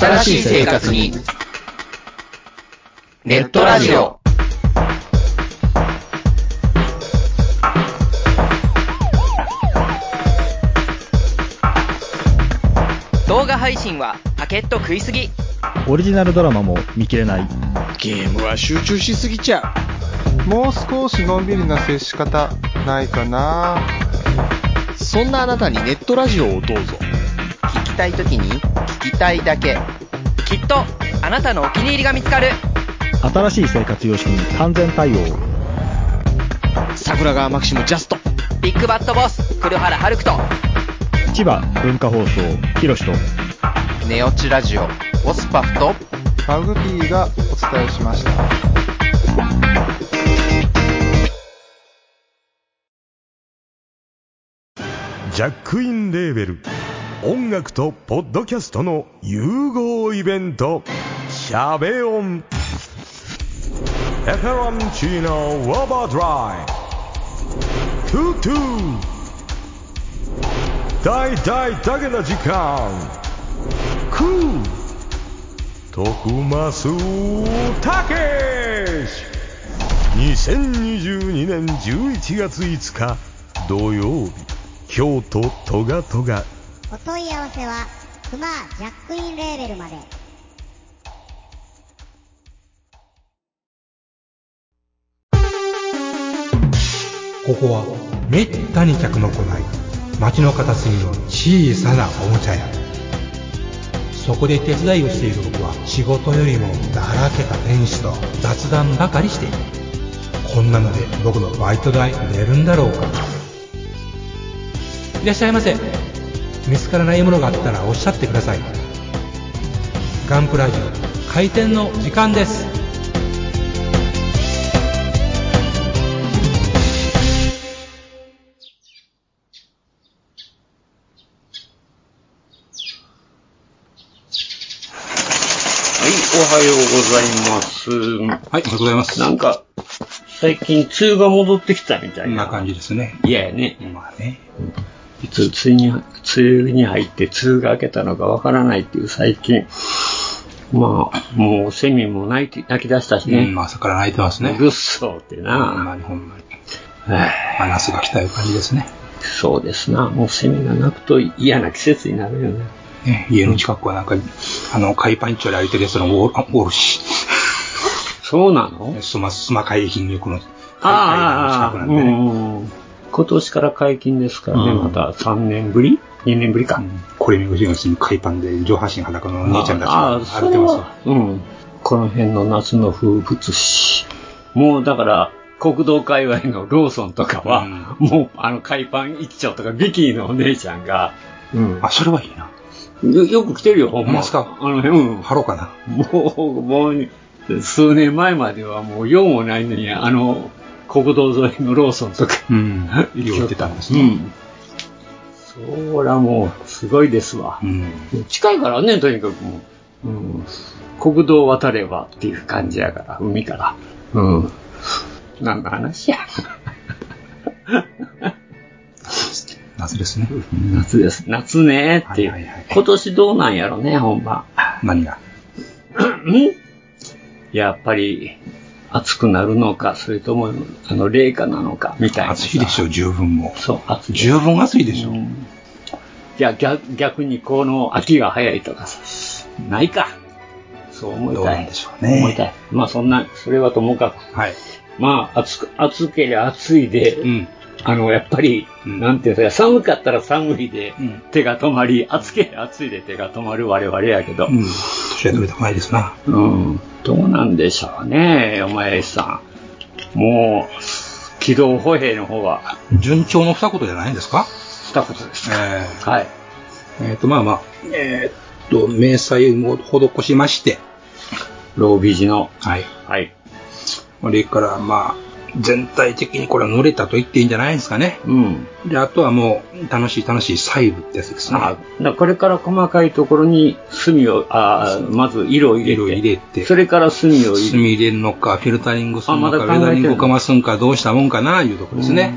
新しい生活にネットラジオ。 動画配信はパケット食いすぎ。 オリジナルドラマも見切れない。 ゲームは集中しすぎちゃう。もう少しのんびりな接し方ないかな。 そんなあなたにネットラジオをどうぞ。 聞きたいときに聞きたいだけ。きっとあなたのお気に入りが見つかる。 新しい生活様式に完全対応。 桜川マキシムジャスト。 ビッグバットボス黒原遥人。 千葉文化放送ひろしとネオチラジオオスパフとマグピーがお伝えしました。 ジャックインレーベル音楽とポッドキャストの融合イベントシャベオンペペロンチーノウォーバードライトゥトゥ大大だけな時間クー徳増たけし2022年11月5日土曜日京都トガトガ。 お問い合わせはクマジャックインレーベルまで。 ここはめったに客の来ない街の片隅の小さなおもちゃ屋。そこで手伝いをしている僕は仕事よりもだらけた店主と雑談ばかりしている。こんなので僕のバイト代出るんだろうか。いらっしゃいませ。見つからないものがあったらおっしゃってください。ガンプラジオ開店の時間です。 おはようございます。はい、 おはようございます。 なんか、最近、梅雨が戻ってきたみたいな。 こんな感じですね。 いやね。 まあね。 いつ梅雨に入って梅雨が明けたのかわからないっていう最近。まあ、もうセミも泣き出したしね。 朝から泣いてますね。 ぐっそうってな。 ほんまに。夏が来たいう感じですね。 そうですな。もうセミが鳴くと嫌な季節になるよね。 家の近くはなんか、海パンチョで歩いてるやつのおるし。 そうなの？ スマ海浜浴の近くなんでね。 今年から解禁ですからね、また3年ぶり ?2 年ぶりか。 これ見よしに海パンで上半身裸の姉ちゃんたちが歩いてますわ。 この辺の夏の風物詩。もうだから、国道界隈のローソンとかは、もう海パン一丁とかビキニのお姉ちゃんが、 それはいいな。 よく来てるよ、ほんま。 ハローかな。 もう、数年前まではもう用もないのに、国道沿いのローソンとか、 行ってたんですね。 そらもう、すごいですわ。近いからね、とにかくもう、国道渡ればっていう感じやから、海から。何の話や。 夏ですね。 夏です。夏ねっていう。今年どうなんやろね、ほんま。 何がやっぱり、暑くなるのか、それとも、冷夏なのか、みたいな。 暑いでしょ、十分も。 そう、暑い。 十分暑いでしょ。 じゃあ逆にこの秋が早いとかさ、ないか。そう思いたい。 どうなんでしょうね。 思いたい。まあそれはともかく。 はい。 まあ、暑けりゃ暑いで、やっぱり、なんていうか、寒かったら寒いで手が止まり、暑けりゃ暑いで手が止まる我々やけど。 年は取れたくないですな。 どうなんでしょうね、お前さん。もう、軌道歩兵の方は。 順調の二言じゃないんですか？ 二言です。はい。 明細を施しまして。 老美寺の。 はい。 はい。 それから、全体的にこれは乗れたと言っていいんじゃないですかね。で、あとはもう、楽しい細部ってやつですね。 これから細かいところに墨を、まず色を入れて。それから墨を入れるのか、フィルタリングするのか、ウェダリングかますんか、どうしたもんかな、いうところですね。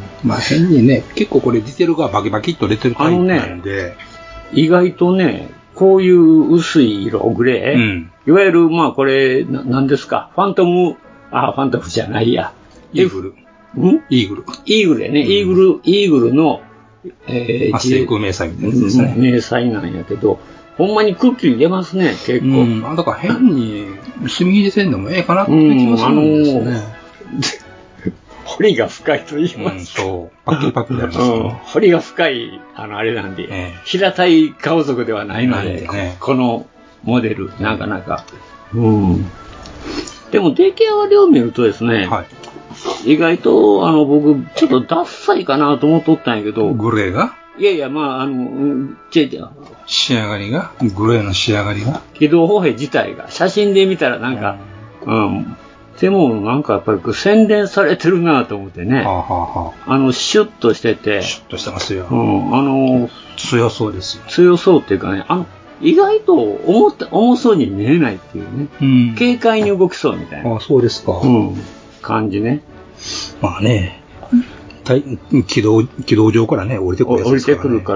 変にね、結構これディテールがバキバキっと出てるタイプなんで。 意外とね、 こういう薄い色、グレー、いわゆる、まあこれ、何ですか、ファントムじゃないや。 イーグル。イーグルやね。イーグルの、 成功明細みたいなやつですね。 明細なんやけど、ほんまにくっきり出ますね、結構。 だから変に墨入れせんでもええかなって気がするんですよね。 彫りが深いと言いますか。 そう。パッキパッキになりますね。 彫りが深い、あれなんで、平たい顔族ではないので、このモデル、なかなか。でも出来上がりを見るとですね、意外と、僕、ちょっとダッサいかなと思っとったんやけど。 グレーがいやいや、まあ、 仕上がりがグレーの仕上がりが軌道歩兵自体が、写真で見たらなんか、でもなんかやっぱり洗練されてるなと思ってね。シュッとしてて。 シュッとしてますよ。強そうですよ。 強そうっていうかね、意外と重そうに見えないっていうね。軽快に動きそうみたいな。 そうですか。 感じね。 まあね、軌道上からね、降りてくるやつですからね。 降りてくるから、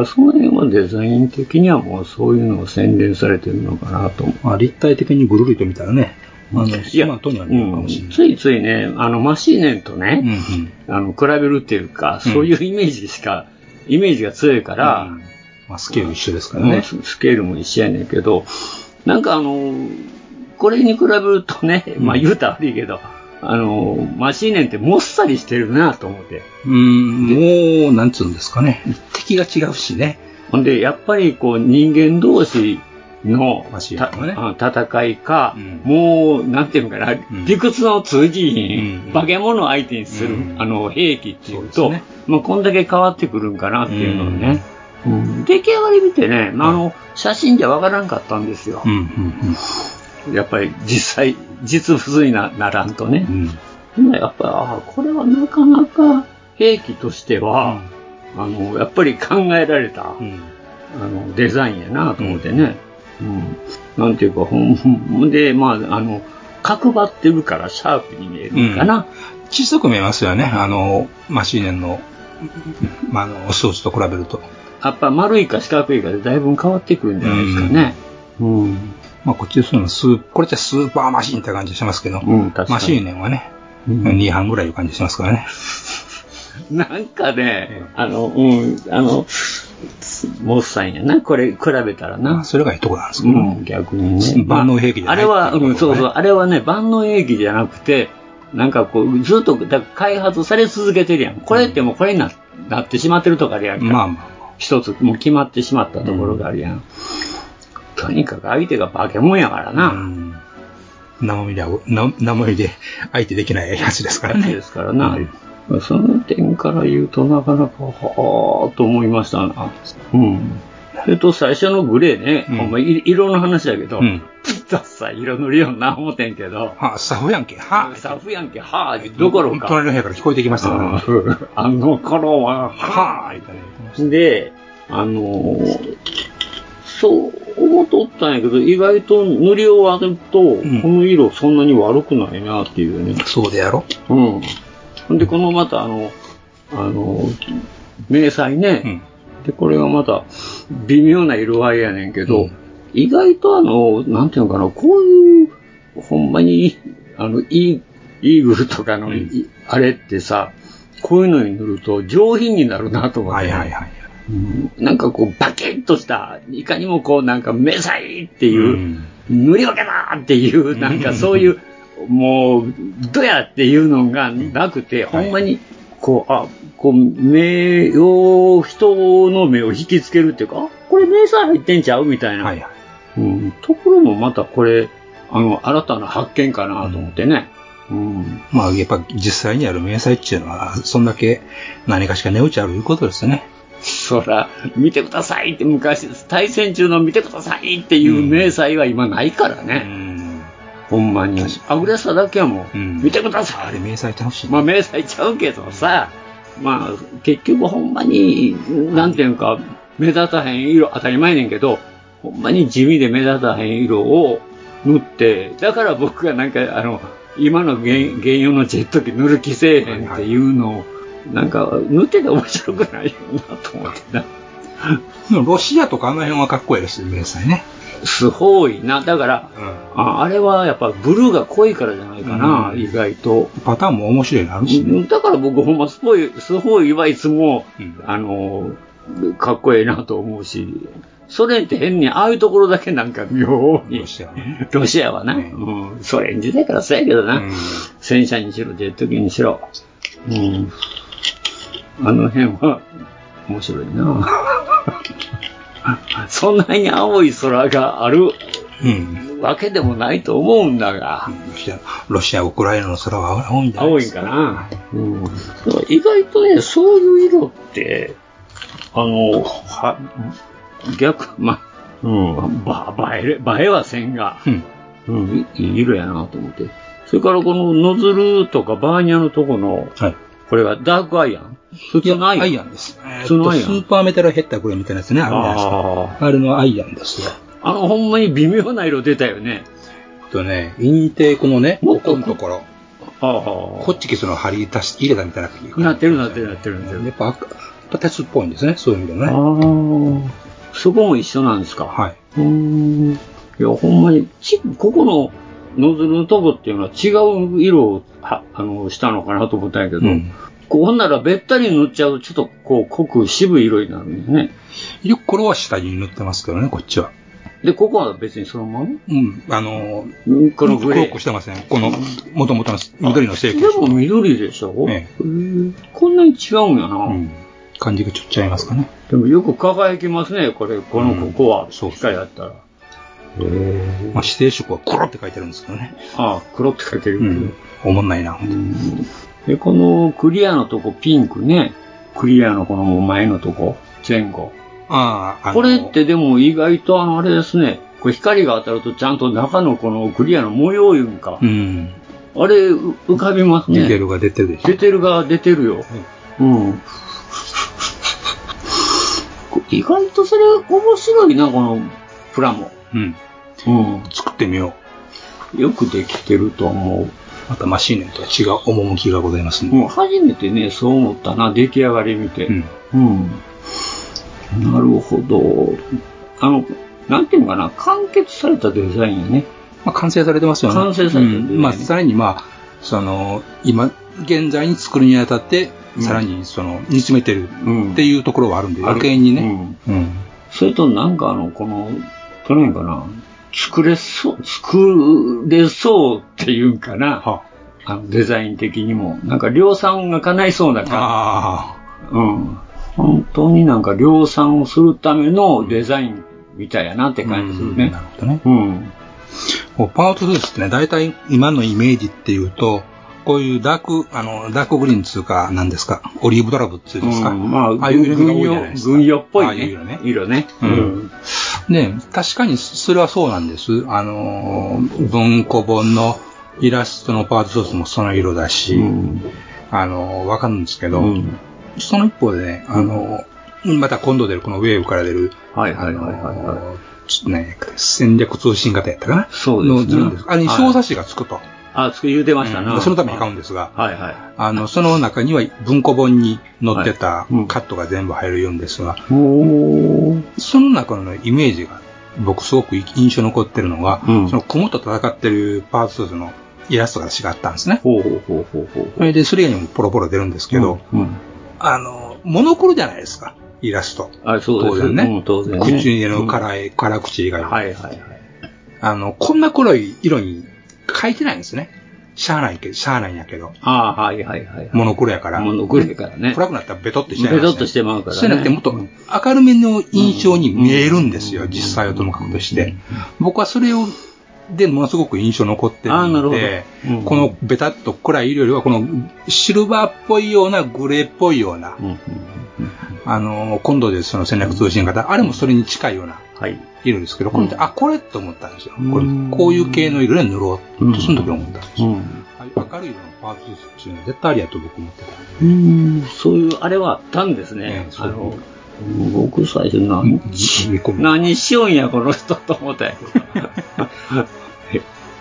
その辺はデザイン的にはもうそういうのを洗練されてるのかなと思う。 立体的にぐるりと見たらね、スマートには見えるかもしれない。 ついついね、マシーネンとね、比べるっていうか、そういうイメージが強いから、 スケール一緒ですからね。 スケールも一緒やねんけど、なんかこれに比べるとね、まあ言うたら悪いけど、マシーネンってもっさりしてるなと思って。 もう、なんつうんですかね。敵が違うしね。 ほんで、やっぱりこう人間同士の戦いか、もう、なんていうのかな、理屈の通じひん、化け物を相手にする、兵器っていうと、まあ、こんだけ変わってくるんかなっていうのをね、出来上がり見てね、写真じゃわからんかったんですよ。やっぱり実物にならんとね。やっぱり、これはなかなか兵器としては、やっぱり考えられた、デザインやなと思ってね。なんていうか、ほんで、まあ、角張ってるからシャープに見えるかな。 小さく見えますよね、マシーネンの、装置と比べると。 やっぱ丸いか四角いかでだいぶ変わってくるんじゃないですかね。 まあ、こっちですのこれじゃスーパーマシーンって感じしますけど、マシーネンはね、2班ぐらいいう感じしますからね。 なんかね、モッサンやな、これ比べたらな。 それがいいとこなんですけど、 逆にね。 万能兵器じゃない。 あれは、あれはね、万能兵器じゃなくて、なんかこう、ずっと開発され続けてるやん。これってもうこれになってしまってるとかあるやんか。一つもう決まってしまったところがあるやん。とにかく相手が化け物やからな。 生身で相手できないやつですからね。 ですからな。その点から言うとなかなか、はぁと思いましたな。最初のグレーね、ほんま色の話だけど、ダッサい色塗りよんな思ってんけど。 スタッフやんけ、 スタッフやんけ、どころか。 隣の部屋から聞こえてきましたからね。 あの頃は、で、そう思っとったんやけど、意外と塗り終わると、この色そんなに悪くないなっていうね。 そうでやろ。 で、このまた明細ね、で、これがまた微妙な色合いやねんけど、意外となんていうのかな、こういう、ほんまに、イーグルとかの、あれってさ、こういうのに塗ると上品になるなと思って、なんかこう、バキッとした、いかにもこう、なんか、めさいっていう、塗り分けだっていう、なんかそういう、もう、どやっていうのがなくて、ほんまに、こう、目を、人の目を引きつけるっていうか、これ迷彩入ってんちゃうみたいな。ところもまたこれ、新たな発見かなと思ってね。 まあ、やっぱ実際にある迷彩っていうのは、そんだけ何かしか値打ちあるいうことですね。 そら、見てくださいって昔、対戦中の見てくださいっていう明細は今ないからね。ほんまに。アグレッサーだけはもう、見てください。 あれ明細ちゃうし、 まあ明細ちゃうけどさ、まあ結局ほんまに、なんていうか、目立たへん色、当たり前ねんけど、ほんまに地味で目立たへん色を塗って、だから僕がなんか今の現用のジェット機塗る気せえへんっていうのを、なんか塗ってて面白くないよなと思ってな。 ロシアとかあの辺はかっこいいですよ、皆さんね。 すごいな。だから、あれはやっぱブルーが濃いからじゃないかな、意外と。 パターンも面白いのあるしね。 だから僕ほんますごいはいつも、かっこいいなと思うし、ソ連って変にああいうところだけなんか妙に。ロシアはな。ソ連時代からそうやけどな。戦車にしろ、ジェット機にしろ。あの辺は面白いな。そんなに青い空があるわけでもないと思うんだが。 ロシア、ウクライナの空は青いんだ。 青いんかな。意外とね、そういう色って、逆、映えはせんが、いい色やなと思って。それからこのノズルとかバーニャのとこの、これがダークアイアン？普通のアイアンです。 普通のアイアン。スーパーメタルヘッダーこれみたいなやつね、あるじゃないですか。あれのアイアンですよ。 ほんまに微妙な色出たよね。 インテークのね、ここのところ。ホッチキスの針入れたみたいな。 なってる。やっぱ鉄っぽいんですね、そういう意味でもね。 そこも一緒なんですか。はい。いや、ほんまに、ここのノズルのとこっていうのは違う色をしたのかなと思ったんやけど、こうならべったり塗っちゃうとちょっとこう濃く渋い色になるんだよね。 よくこれは下に塗ってますけどね、こっちは。 で、ここは別にそのまま？ このグレー。黒くしてません。この、元々の緑の成形。 でも緑でしょ？こんなに違うんやな。 感じがちょっと違いますかね。 でもよく輝きますね、ここは。光やったら。 指定色は黒って書いてるんですけどね。 黒って書いてる。 おもんないな。 で、このクリアのとこピンクね。クリアのこの前のとこ、前後。これってでも意外とあれですね。これ光が当たるとちゃんと中のこのクリアの模様いうんか。あれ浮かびますね。 ディテールが出てるでしょ。 ディテールが出てるよ。意外とそれ面白いな、このプラモ。 作ってみよう。よくできてると思う。 またマシーネンとは違う趣がございますね。 初めてね、そう思ったな、出来上がり見て。なるほど。なんていうのかな、完結されたデザインやね。 完成されてますよね。 完成されたデザイン。 さらに今、現在に作るにあたって、さらに煮詰めてるっていうところはあるんで、余計にね。 それとなんかこの、去年かな、作れそうっていうんかな。デザイン的にも。なんか量産が叶いそうな感じ。本当になんか量産をするためのデザインみたいやなって感じするね。 なるほどね。パワートゥースってね、大体今のイメージっていうと、こういうダークグリーンっていうか、何ですか、オリーブドラブっていうんですか。ああいう色が多いじゃないですか。 軍用っぽいね。 ああいう色ね。 色ね。 ね、確かにそれはそうなんです。文庫本のイラストのパワートゥースもその色だし、わかるんですけど、その一方でね、また今度出るこのウェーブから出る、戦略通信型やったかな。 そうですね。 あれに小冊子がつくと。 言うてましたな。 そのために買うんですが、その中には文庫本に載ってたカットが全部入るようんですが、その中のイメージが僕すごく印象に残ってるのが、その雲と戦ってるパーツスのイラストが違ったんですね。で、それ以外にもポロポロ出るんですけど、モノクロじゃないですか、イラスト。 当然ね。 口の辛口以外は。こんな黒い色に書いてないんですね。しゃあないんやけど。モノクロやから。 モノクロやからね。 暗くなったらベトってしちゃいますね。 ベトってしてまうからね。 そうじゃなくてもっと明るめの印象に見えるんですよ。実際はともかくとして。僕はそれを、でものすごく印象残ってるので、このベタっと暗い色よりは、このシルバーっぽいような、グレーっぽいような、今度でその戦略通信型、あれもそれに近いような色ですけど、これって、これって思ったんですよ。こういう系の色で塗ろうと、その時思ったんですよ。明るい色のパーツっていうのは絶対ありやと僕思ってた。 そういう、あれはあったんですね。僕最初何しようんや、この人と思ったんやけど。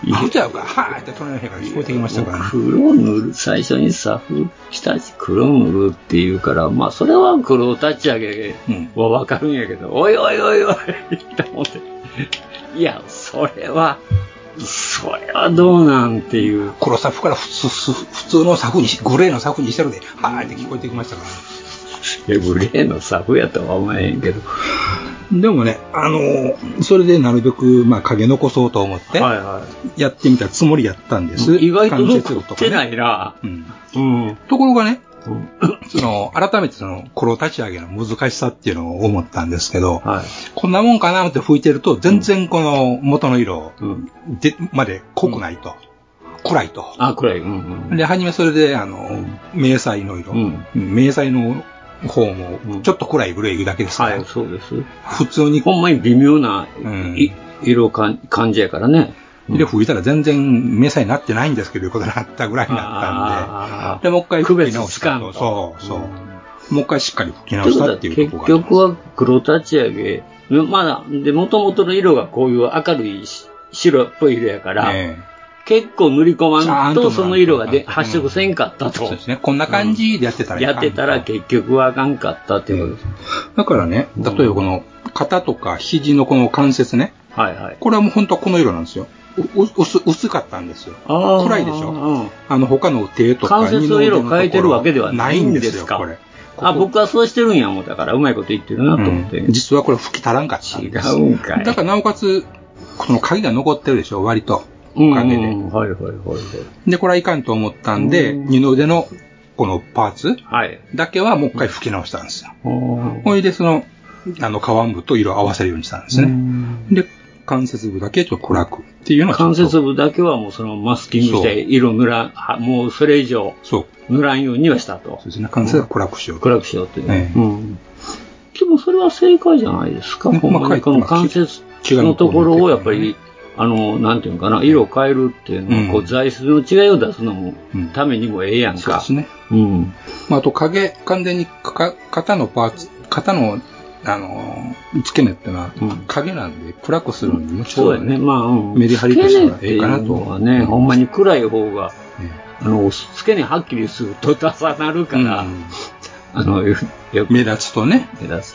あ、ちゃうか、はーって隣の部屋から聞こえてきましたからね。 黒塗る、最初にサフ、下地黒塗るっていうから、まあ、それは黒立ち上げはわかるんやけど、おいおいおいおいって思って。いや、それはどうなんっていう。 黒サフから普通のサフに、グレーのサフにしてるで、はーって聞こえてきましたからね。 いや、グレーのサフやとは思えへんけど。 でもね、それでなるべく、まあ、影残そうと思って、やってみたつもりやったんです。 意外と残ってないな。 ところがね、改めて黒立ち上げの難しさっていうのを思ったんですけど、こんなもんかなって吹いてると、全然この元の色まで濃くないと。暗いと。 あ、暗い。 で、はじめそれで、迷彩の色。迷彩の方も、ちょっと暗いグレーだけですから。 はい、そうです。 普通に。 ほんまに微妙な色感じやからね。 で、吹いたら全然迷彩になってないんですけど、いうことになったぐらいになったんで、で、もう一回吹き直したと。そう。もう一回しっかり吹き直したっていうところが。 結局は黒立ち上げ、まだ、で、元々の色がこういう明るい白っぽい色やから、結構塗り込まんとその色が発色せんかったと。 そうですね。こんな感じでやってたらやってたら結局はあかんかったっていうことです。 だからね、例えばこの肩とか肘のこの関節ね。これはもう本当はこの色なんですよ。薄かったんですよ。暗いでしょ。他の手とか関節の色を変えてるわけではないんですか。これ。僕はそうしてるんや思ったから、うまいこと言ってるなと思って。 実はこれ吹き足らんかったんです。 違うんかい。 だからなおかつ、この影が残ってるでしょ、割と。おかげで。で、これはいかんと思ったんで、二の腕のこのパーツだけはもう一回吹き直したんですよ。ほいで、皮部と色を合わせるようにしたんですね。で、関節部だけちょっと暗くっていうのは関節部だけはもうそのマスキングして色塗らん、もうそれ以上塗らんようにはしたと。 そうですね。関節は暗くしようと。 暗くしようという。でもそれは正解じゃないですか。この関節のところをやっぱり、なんていうのかな、色を変えるっていうのは、こう、材質の違いを出すのも、ためにもええやんか。 そうですね。あと、完全に肩のパーツ、肩の、付け根ってのは、影なんで、暗くするのにもちろんね、メリハリとしてはええかなと。 はね、ほんまに暗い方が、付け根はっきりすると出さなるから、 目立つとね。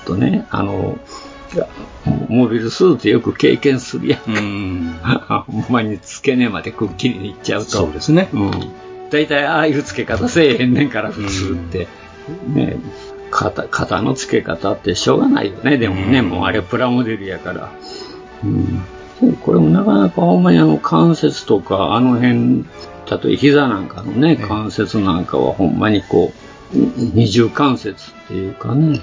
モビルスーツよく経験するやんか。ほんまに付け根までくっきりいっちゃうと。 そうですね。 だいたいああいう付け方せえへんねんから、普通って。ね、肩の付け方ってしょうがないよね。でもね、もうあれプラモデルやから。これもなかなかほんまに関節とか、あの辺、例えば膝なんかのね、関節なんかはほんまにこう、二重関節っていうかね。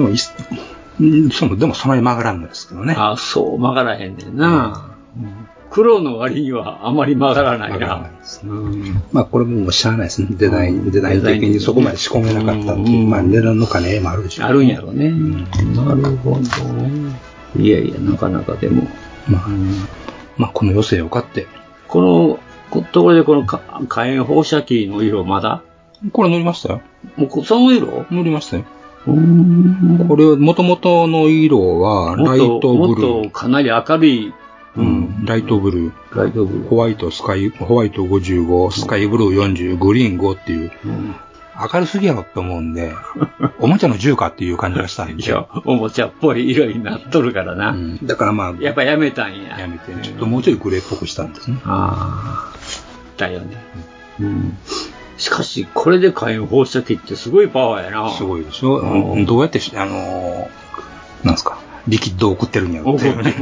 でもそんなに曲がらんのですけどね。 あ、そう、曲がらへんねんな。黒の割にはあまり曲がらないな。 まあこれもしゃあないですね。デザイン的にそこまで仕込めなかったっていう。まあ値段の金もあるでしょう。 あるんやろね。なるほどね。いやいや、なかなかでも。 まあこの余生を買って。 ところでこの火炎放射器の色まだこれ塗りましたよ。 その色塗りましたよ。これ、元々の色は、ライトブルー。 もっとかなり明るい。 ライトブルー。ホワイト55、スカイブルー40、グリーン5っていう。明るすぎやろって思うんで、おもちゃの銃かっていう感じがしたんで。 いや、おもちゃっぽい色になっとるからな。 だからまあ。 やっぱやめたんや。 やめて、ちょっともうちょいグレーっぽくしたんですね。 だよね。しかし、これで火炎放射器ってすごいパワーやな。 すごいでしょ。どうやって、なんすか、リキッドを送ってるんやろっていうね。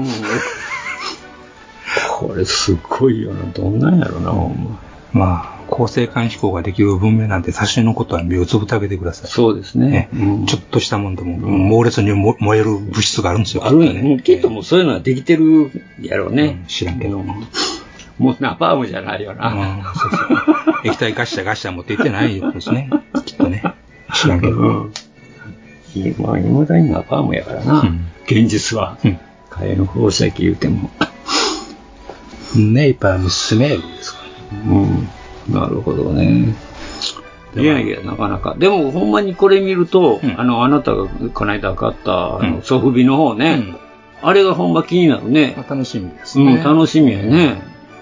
これすごいよな。どんなんやろな、 まあ、恒星間飛行ができる文明なんて最初のことは目をつぶってあげてください。 そうですね。 ちょっとしたもんでも、猛烈に燃える物質があるんですよ。 あるんやね。きっともうそういうのはできてるやろうね。 知らんけど。 もうナパームじゃないよな。 そうそう。液体ガッシャ持っていってないですね。きっとね。知らんけど。 今、未だにナパームやからな。現実は。火炎放射器言うても。 ネイパー娘ですか。 なるほどね。いやいや、なかなか。でも、ほんまにこれ見ると、あなたがこの間買ったソフビの方ね。あれがほんま気になるね。 楽しみですね。 楽しみやね。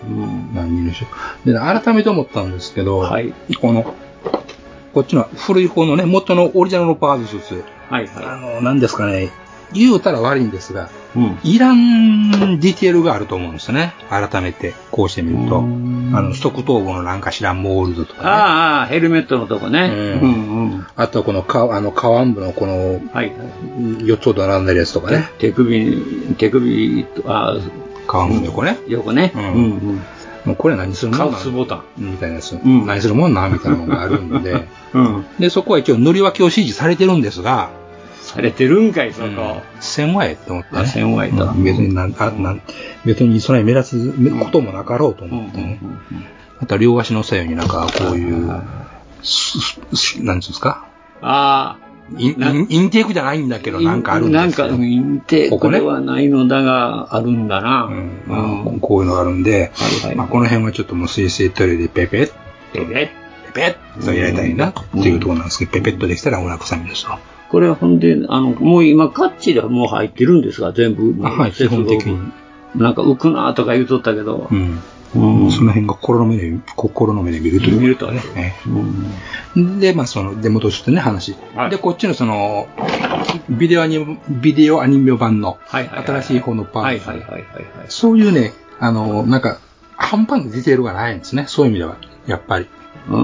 何人でしょう。で、改めて思ったんですけど、 はい。 こっちの古い方のね、元のオリジナルのパーズスーツ。 はいはい。 何ですかね、言うたら悪いんですが、いらんディテールがあると思うんですよね。改めて、こうしてみると。側頭部のなんか知らんモールドとかね。 ああ、ヘルメットのとこね。 あとこの下腕部のこの、4つほど並んでるやつとかね。 手首と、 下腕部の横ね。 横ね。 もうこれ何するもんなカウスボタン。 みたいなやつ。何するもんなみたいなのがあるんで。で、そこは一応塗り分けを指示されてるんですが、 されてるんかい、そこ。 線はえって思ってね。 線はえと。 別にそんなに目立つこともなかろうと思ってね。あとは両足の左右になんかこういう、なんていうんですかインテークじゃないんだけど、なんかあるんですよ。 なんか、インテークではないのだが、あるんだな。 こういうのがあるんで、この辺はちょっともう水性塗料でペペッと入れたいなっていうところなんですけど、ペペッとできたらお楽さみですわ。 これはほんで、もう今、カッチではもう入ってるんですが、全部。 はい、基本的に。 なんか浮くなとか言うとったけど。 その辺が心の目で見るという。 見るとね。 で、その、で、戻してね、話。で、こっちのその、ビデオアニメ版の、新しい方のパーツ。そういうね、なんか、半端なディテールがないんですね。そういう意味では、やっぱり。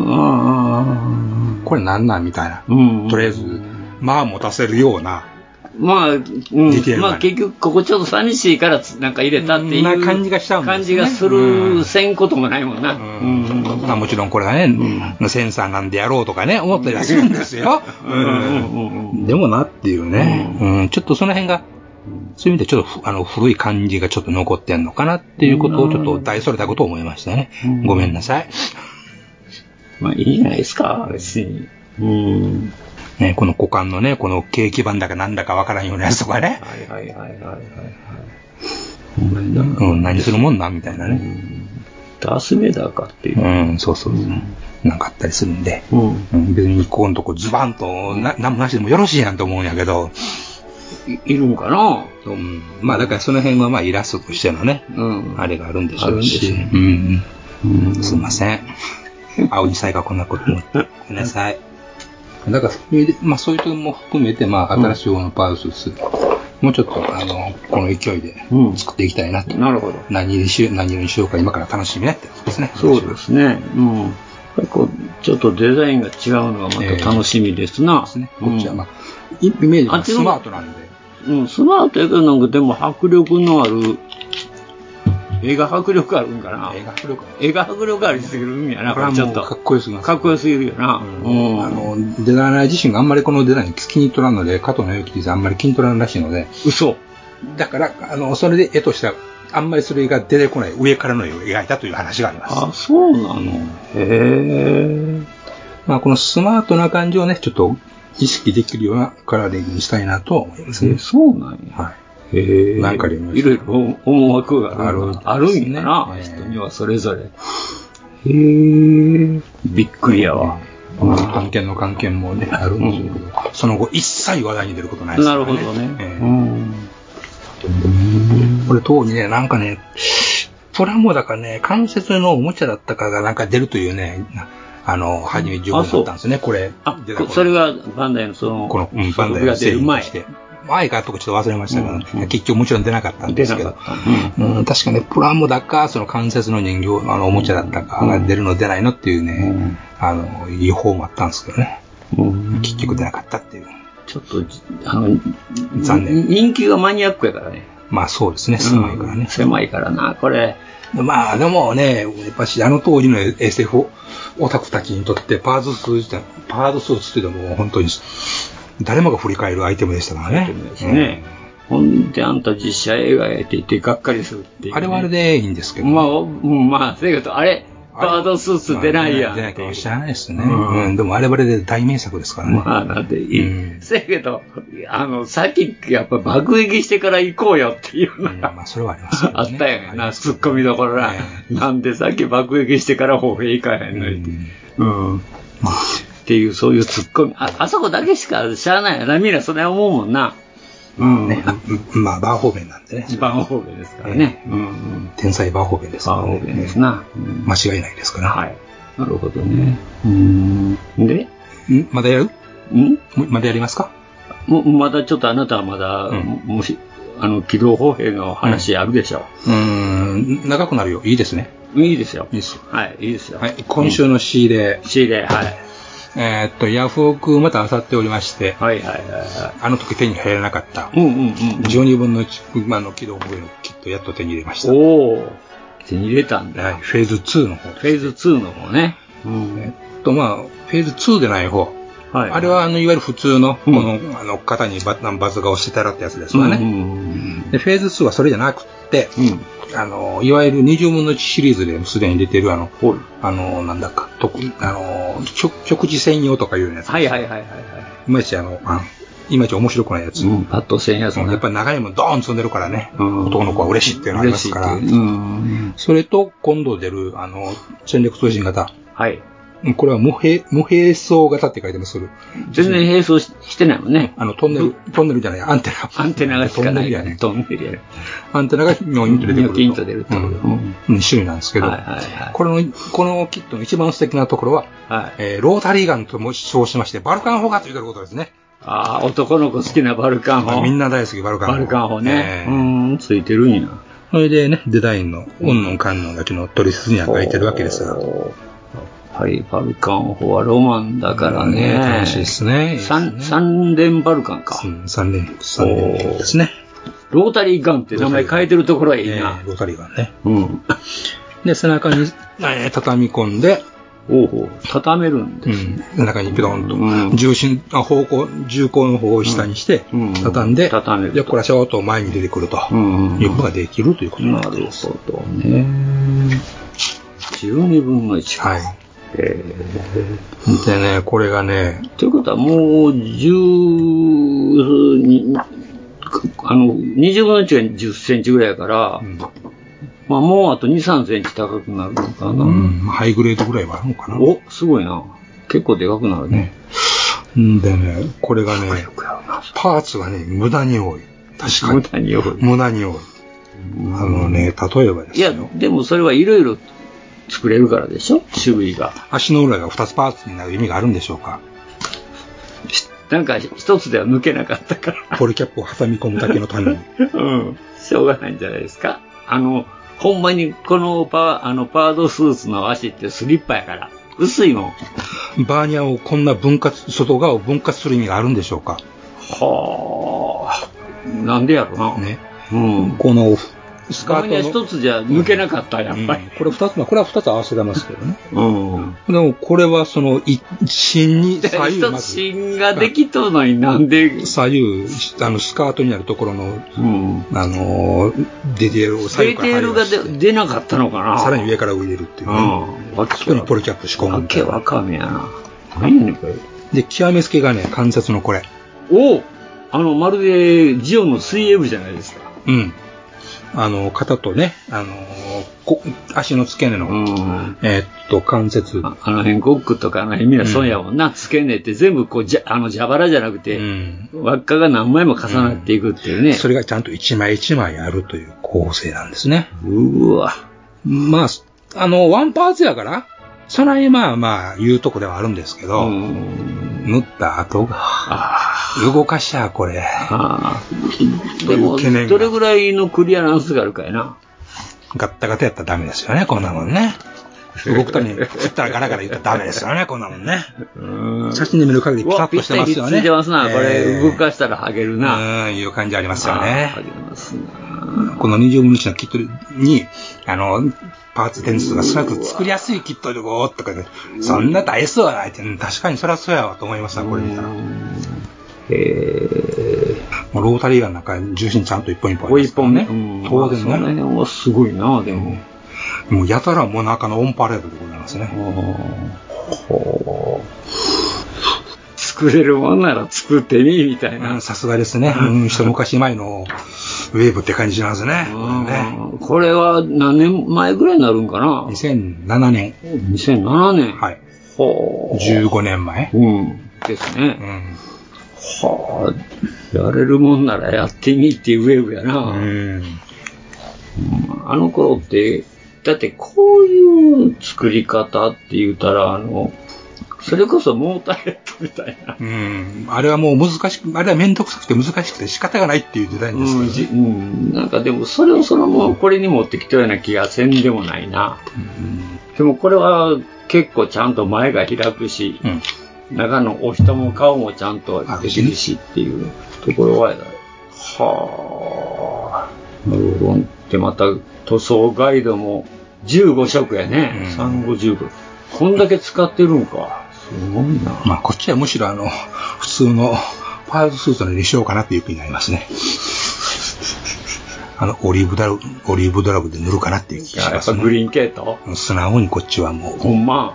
これなんなんみたいな。とりあえず、持たせるような。 結局、ここちょっと寂しいからなんか入れたっていう感じがしちゃうんですね。 感じがするせんこともないもんな。 もちろんこれがね、センサーなんでやろうとかね、思ったりはするんですよ。でもなっていうね、ちょっとその辺が、そういう意味でちょっと古い感じがちょっと残ってんのかなっていうことをちょっと大それたことを思いましたね。ごめんなさい。 いいじゃないですか、別に。 ね、この股間のね、このケーキ板だかなんだかわからんようなやつとかね。何するもんなみたいなね。 ダースベイダーかっていう。 そう。なんかあったりするんで。別にここのとこズバンとなんもなしでもよろしいやんと思うんやけど。 いるんかなだからその辺はイラストとしてのね、あれがあるんでしょうし。すいません。青二歳がこんなこと思って。ごめんなさい。だから、そういうとこも含めて、新しい方のパーツス、もうちょっと、この勢いで作っていきたいなと。 なるほど。 何にしようか今から楽しみねってことですね。 そうですね。ちょっとデザインが違うのがまた楽しみですな。 こっちはイメージがスマートなんで。 スマートやけどなんかでも迫力のある、絵が迫力あるんかな。絵が迫力ありすぎるんやな、これちょっと。 かっこよすぎます。 かっこよすぎるよな。 デザイナー自身があんまりこのデザイン気に入っとらんので、加藤直之さんあんまり気に入っとらんらしいので。 嘘。 だから、それで絵としては、あんまりそれが出てこない上からの絵を描いたという話があります。 あ、そうなの。 へー。このスマートな感じをね、ちょっと意識できるようなカラーリングにしたいなと思いますね。 そうなんや。 はい。なんかいろいろ思惑があるんやな、人にはそれぞれ。びっくりやわ。 関係もね、あるんですけど、その後一切話題に出ることないですね。 なるほどね。 これ当時ね、なんかね、プラモだかね、関節のおもちゃだったかがなんか出るというね、初め情報だったんですね、これ。 それがバンダイのその、 バンダイが出る前。前かとかちょっと忘れましたけど、結局もちろん出なかったんですけど、確かね、プラモだか、その関節の人形、おもちゃだったかが出るの出ないのっていうね、予報もあったんですけどね、結局出なかったっていう。 ちょっと、残念。人気がマニアックやからね。 そうですね、狭いからね。 狭いからな、これ。 でもね、やっぱし当時の SF オタクたちにとってパーツスーツっていうのはもう本当に、誰もが振り返るアイテムでしたからね。アイテムですね。 ほんであんた実写映画やって言ってがっかりするっていう、 あれはあれでいいんですけど。 だけど、あれ、パードスーツ出ないやん。 出ないかもしれないですね。でもあれはあれで大名作ですからね。 だっていい。せやけど、さっきやっぱ爆撃してから行こうよっていうのが、 それはありますよね。 あったよな、ツッコミどころな。なんでさっき爆撃してから歩兵行かへんのに。っていう、そういうツッコミ。あそこだけしかしゃあないよな。みんなそれ思うもんな。 ね、まあ、バーホーベンなんでね。 バーホーベンですからね。 天才バーホーベンですからね。 バーホーベンですな。 間違いないですから。 はい。なるほどね。でまだやるまだやりますか？ まだちょっとあなたはまだ、もし、軌道歩兵の話あるでしょう。 長くなるよ。いいですね。 いいですよ。 いいですよ。 はい、いいですよ。 はい、今週の仕入れ。 仕入れ、はい。 ヤフオクまた漁っておりまして、 はいはいはい。 あの時手に入らなかった、12分の1馬の軌道歩兵のキットやっと手に入れました。 おー、手に入れたんだ。 はい、フェーズ2の方。 フェーズ2の方ね。 まあ、フェーズ2でない方。はい、あれは、いわゆる普通の、この、肩にバズが押してたらってやつですわね。で、フェーズ2はそれじゃなくて、いわゆる20分の1シリーズですでに出てる、なんだか、食事専用とかいうやつ。 はいはいはいはい。 いまいち面白くないやつ。 パッとせんやつ。 やっぱり長いもんドーン積んでるからね、男の子は嬉しいっていうのがありますから。それと、今度出る、戦略通信型。 はい。 これは無並走型って書いてます。 全然並走してないもんね。 トンネルじゃない、アンテナ。 アンテナがしかない。トンネルやね。アンテナがニョキンと出てくる。ニョキンと出るってこと。 2種類なんですけど、このキットの一番素敵なところは、ロータリーガンとも称しまして、バルカン砲がついてることですね。 ああ、男の子好きなバルカン砲。 みんな大好きバルカン砲。 バルカン砲ね。ついてるんや。 それでね、デザインの、うんぬんかんぬんが昨日取り筋には書いてるわけですが。 はい、バルカン砲はロマンだからね。 楽しいですね。 三連バルカンか。 三連ですね。 ロータリーガンって名前変えてるところはいいな。 ロータリーガンね。で、背中に畳み込んで、 畳めるんです。 背中にピロンと、重厚の方を下にして、畳んで、で、これはシャワーと前に出てくると、いうことができるということになってます。 なるほどね。12分の1。はい。 でね、これがね。 ということはもう20分の1が10センチぐらいやから、まあもうあと2、3センチ高くなるのかな。 ハイグレードぐらいはあるのかな。 お、すごいな。結構でかくなるね。 でね、これがね、パーツがね、無駄に多い。確かに。無駄に多い。例えばですよ。 いや、でもそれはいろいろ作れるからでしょ、種類が。 足の裏が2つパーツになる意味があるんでしょうか。 なんか一つでは抜けなかったから。 ポリキャップを挟み込むだけのために。 しょうがないんじゃないですか。ほんまにこのパードスーツの足ってスリッパやから。薄いもん。バーニャをこんな外側を分割する意味があるんでしょうか。 はあ。なんでやろな。 ね。このスカートの一つじゃ抜けなかった、やっぱり。 これは2つ合わせてますけどね。でもこれはその芯に左右一つ芯ができとるのになんで左右スカートになるところのディテールを左右からディテールが出なかったのかな。 さらに上から入れるっていうね。そこにポリキャップ仕込む。 わけわかめやな。何やねんこれ。 で極めつけがね、関節のこれ。 まるでジオンの水泳部じゃないですか。 肩とね、足の付け根の、関節。 辺コックとかみんなそうやもんな、付け根って全部蛇腹じゃなくて、輪っかが何枚も重なっていくっていうね。 それがちゃんと一枚一枚あるという構成なんですね。 うわ。 まあ、ワンパーツやから、そないまあ言うとこではあるんですけど、縫った後が、動かしゃこれ。 でも、どれぐらいのクリアランスがあるかやな。 ガッタガタやったらダメですよね、こんなもんね。動くために、振ったらガラガラ言ったらダメですよね、こんなもんね。写真で見る限りピタッとしてますよね。 ついてますな、これ、動かしたらハゲるな。 いう感じありますよね。 ハゲますな。 この20分の1のキットに、パーツ点数が少なく作りやすいキットでごーっとかね、そんな大層はないって、確かにそりゃそうやわと思いました、これ見たら。もうロータリーガンなんか重心ちゃんと一本一本ありますからね。当然ね。 その辺はすごいな、でも。 もうやたらもう中のオンパレードでございますね。 作れるもんなら作ってみ、みたいな。 さすがですね。一昔前のウェーブって感じしますね。 これは何年前ぐらいになるんかな ?2007 年。 2007年。 はい。15年前。 ですね。 はあ、やれるもんならやってみっていうウェーブやな。あの頃って、だってこういう作り方って言ったら、それこそモーターヘッドみたいな。 あれはもう難しく、あれはめんどくさくて難しくて仕方がないっていう時代ですからね。 なんかでもそれをそのままこれに持ってきたような気がせんでもないな。でもこれは結構ちゃんと前が開くし、中のお人も顔もちゃんとできるしっていうところは、はあ、なるほど。で、また塗装ガイドも15色やね。350分。こんだけ使ってるんか。すごいな。 まあ、こっちはむしろ普通のパールスーツのにしようかなっていう気になりますね。オリーブドラブで塗るかなっていう気がしますね。 やっぱグリーン系統？ 素直にこっちはもう。 ほんま。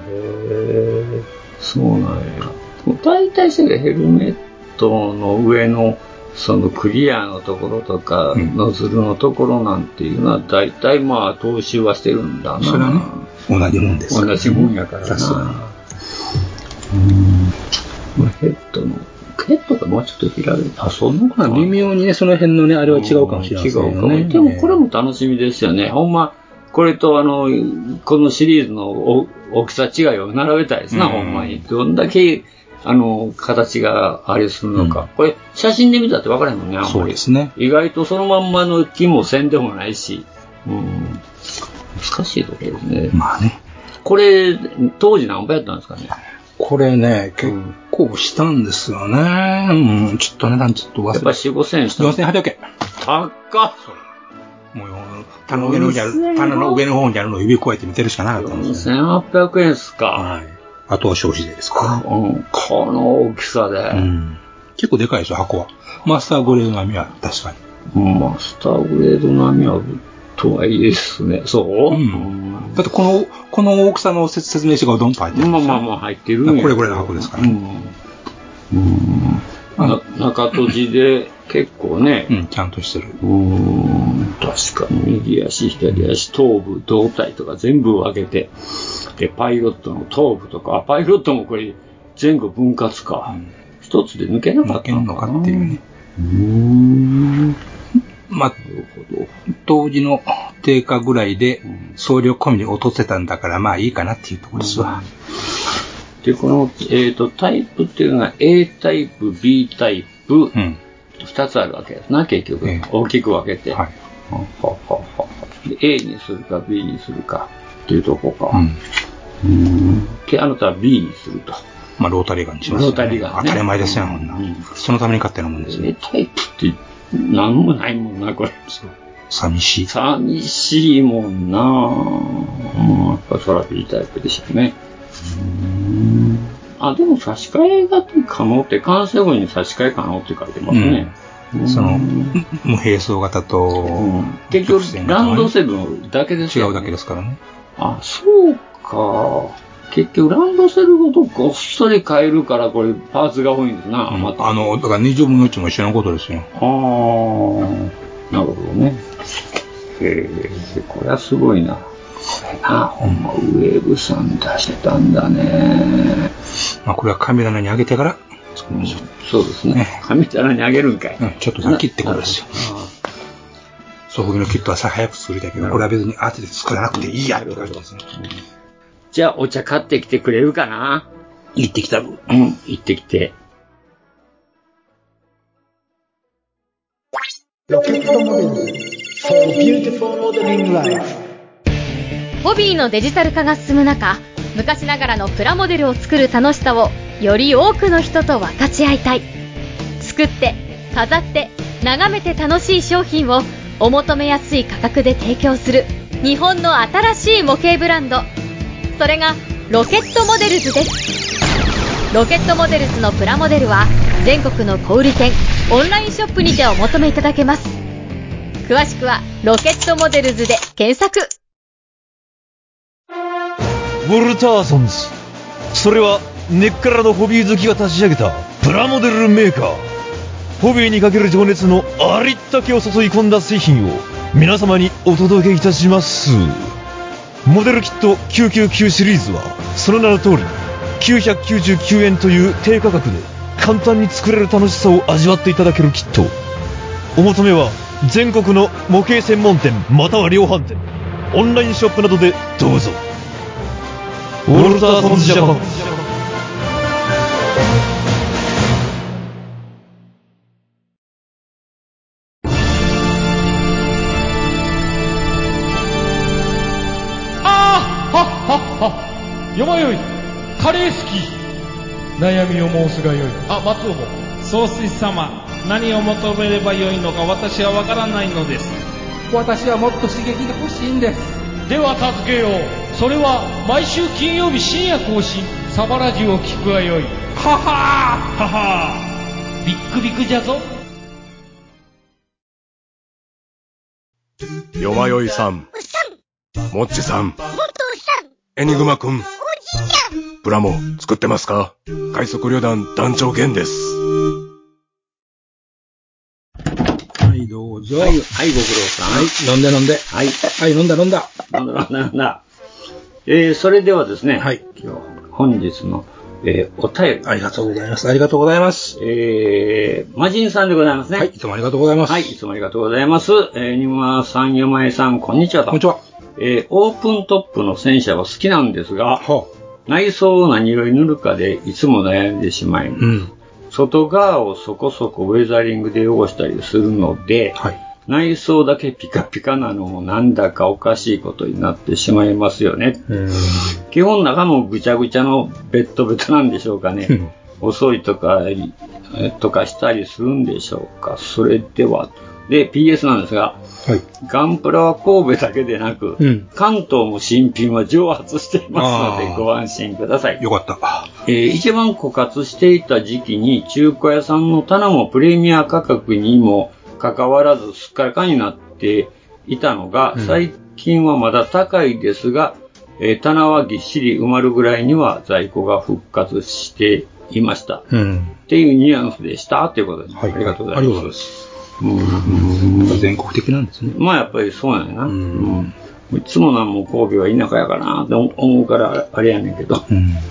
そうなんや。大体ヘルメットの上のそのクリアのところとか、ノズルのところなんていうのは大体まあ踏襲はしてるんだな。 それはね、同じもんです。 同じもんやからな。ヘッドがもうちょっと開いた。そんなかな。 微妙にね、その辺のね、あれは違うかもしれないですね。違うかも。 でもこれも楽しみですよね。ほんま、これとこのシリーズの大きさ違いを並べたいですな、ほんまに。どんだけ、形があれするのか。これ、写真で見たって分からへんもんね、 そうですね。 意外とそのまんまの気もせんでもないし。難しいところですね。 まあね。 これ、当時何倍やったんですかね。 これね、結構したんですよね。ちょっと値段ちょっと忘れて。 やっぱ4、5千円した。 4800円。 高っ。 もう、棚の上の方にあるのを指加えて見てるしかなかったんですね。 1800円っすか。 はい。あとは消費税ですか。 この大きさで。 結構でかいですよ、箱は。マスターグレード並みは確かに。 マスターグレード並みは、とはいえですね。そう、 だってこの大きさの説明書がどんと入ってるんですよ。 まあ入ってるんや。 これぐらいの箱ですから。 中閉じで結構ね。 ちゃんとしてる。 確かに右足、左足、頭部、胴体とか全部分けて。で、パイロットの頭部とか、パイロットもこれ前後分割か。一つで抜けなかったのかっていうね。まあ、当時の定価ぐらいで送料込みで落とせたんだからまあいいかなっていうところですわ。 で、この、タイプっていうのは A タイプ、B タイプ、二つあるわけですな、結局。大きく分けて。で A にするか B にするかっていうとこか。あなたは B にすると。 まあ、ロータリーガンにしますね。 ロータリーガンね。 当たり前ですよ、こんな。そのために買ったようなもんですね。 A タイプってなんもないもんな、これ。 寂しい。 寂しいもんなやっぱそら B タイプでしょうね。でも差し替えが可能って、完成後に差し替え可能って書いてますね。 無並走型と、 結局、ランドセブンだけですよね。 違うだけですからね。 そうか。結局、ランドセルごとごっそり変えるから、これ、パーツが多いんですな。 だから20分の1も一緒のことですよ。 なるほどね。これはすごいな。これな、ほんま、ウェーブさん出してたんだね。 まあ、これはカメラに上げてから作りましょう。 そうですね。カメラに上げるんかい。 ちょっと先ってことですよ。装備のキットは早く作りたいけど、これは別に後で作らなくていいやって感じですね。 じゃあ、お茶買ってきてくれるかな？ 行ってきた。 行ってきて。 ロケットモデル for beautiful modeling life。 ホビーのデジタル化が進む中、昔ながらのプラモデルを作る楽しさをより多くの人と分かち合いたい。作って、飾って、眺めて楽しい商品をお求めやすい価格で提供する日本の新しい模型ブランド。それがロケットモデルズです。ロケットモデルズのプラモデルは全国の小売店、オンラインショップにてお求めいただけます。詳しくはロケットモデルズで検索。 ウォルターソンズ、それは根っからのホビー好きが立ち上げたプラモデルメーカー。ホビーにかける情熱のありったけを注い込んだ製品を皆様にお届けいたします。モデルキット999シリーズはその名の通り999円という低価格で簡単に作れる楽しさを味わっていただけるキット。お求めは全国の模型専門店または量販店、オンラインショップなどでどうぞ。ウォルターソンズジャパン。 よまよい、カレー好き。悩みを申すがよい。あ、松尾も。 総帥様、何を求めればよいのか私はわからないのです。 私はもっと刺激が欲しいんです。では助けよう。それは毎週金曜日深夜更新、サバラジュを聞くがよい。ははーははー、ビックビックじゃぞ。 よまよいさん、もっちさん、エニグマくん、プラモ作ってますか？快速旅団団長源です。 はいどうぞ。はい、ご苦労さん。はい、飲んで。はい、飲んだ。 それではですね、はい、本日の、お便り。 ありがとうございます。ありがとうございます。 魔人さんでございますね。 はい、いつもありがとうございます。 はい、いつもありがとうございます。にまさん、よまえさん、こんにちはと。 こんにちは。 オープントップの戦車は好きなんですが、内装を何色に塗るかでいつも悩んでしまいます。外側をそこそこウェザリングで汚したりするので、内装だけピカピカなのもなんだかおかしいことになってしまいますよね。基本中もぐちゃぐちゃのベトベトなんでしょうかね。遅いとかしたりするんでしょうか。それでは。で、PS なんですが、ガンプラは神戸だけでなく、関東も新品は蒸発していますのでご安心ください。 よかった。 一番枯渇していた時期に中古屋さんの棚もプレミア価格にもかかわらずすっからかんになっていたのが、最近はまだ高いですが、棚はぎっしり埋まるぐらいには在庫が復活していました。っていうニュアンスでしたということです。ありがとうございます。 全国的なんですね。 まあやっぱりそうなんやな。いつももう神戸は田舎やからなって思うからあれやねんけど。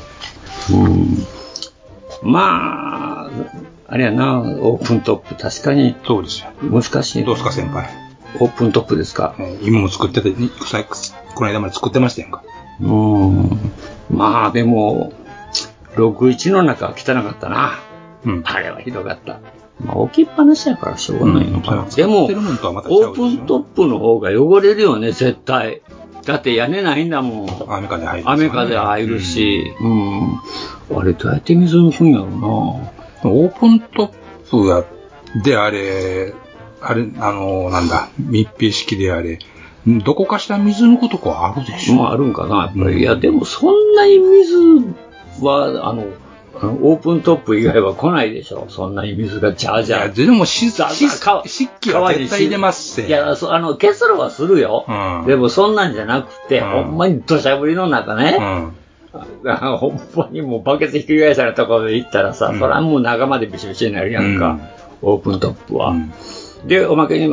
まあ、あれやな、オープントップ確かに。 そうですよ。 難しい。 どうですか先輩。 オープントップですか。 今も作ってて、この間まで作ってましたやんか。 まあでも、61の中は汚かったな。あれはひどかった。まあ、置きっぱなしやからしょうがないのかな。でも、オープントップの方が汚れるよね、絶対。だって屋根ないんだもん。 雨風入る、 雨風入るし。あれどうやって水抜くんやろうな。 オープントップであれ、なんだ、密閉式であれ、どこかしら水抜くとこはあるでしょ。 まああるんかな、やっぱり。いや、でもそんなに水は、オープントップ以外は来ないでしょ。そんなに水がジャージャー。 いや、でも湿気は絶対入れますって。 いや、結露はするよ。でもそんなんじゃなくて、ほんまに土砂降りの中ね。ほんまにもうバケツひっくり返されたところで行ったらさ、それはもう中までビシビシになるやんか。オープントップは。で、おまけに、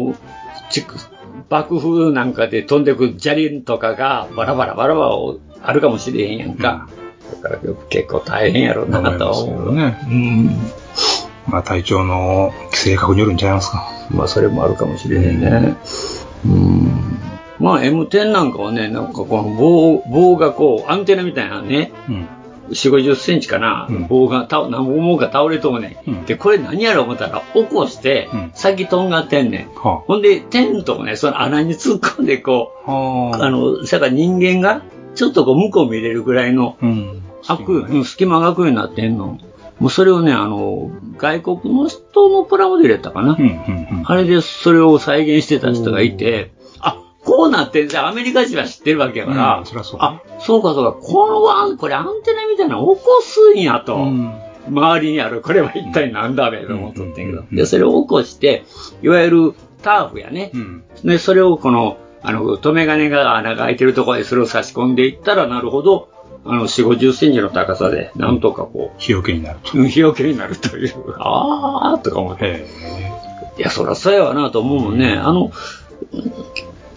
爆風なんかで飛んでく砂利とかがバラバラあるかもしれへんやんか。だから結構大変やろうなと思うね。 まあ体調の性格によるんちゃいますか。 まあそれもあるかもしれへんね。まあ M10 なんかはね、なんかこの棒がこうアンテナみたいなね、4、50センチかな、棒が何本か倒れとうね、で、これ何やろ思ったら起こして、先とんがってんねん。ほんで、テントをね、その穴に突っ込んでこう、だから人間がちょっとこう向こう見れるぐらいの隙間が空くようになってんの。もうそれをね、外国の人のプラモデルやったかな。あれでそれを再現してた人がいて、こうなってんじゃアメリカ人は知ってるわけやから、そうか、これアンテナみたいなの起こすんやと。周りにある、これは一体なんだべと思っとってんけど。で、それを起こして、いわゆるターフやね。で、それをこの、留め金が穴が開いてるところでそれを差し込んでいったら、なるほど、4、50センチの高さで、なんとかこう。 日よけになると。 日よけになるという。とか思って。いや、そらそうやわなと思うもんね。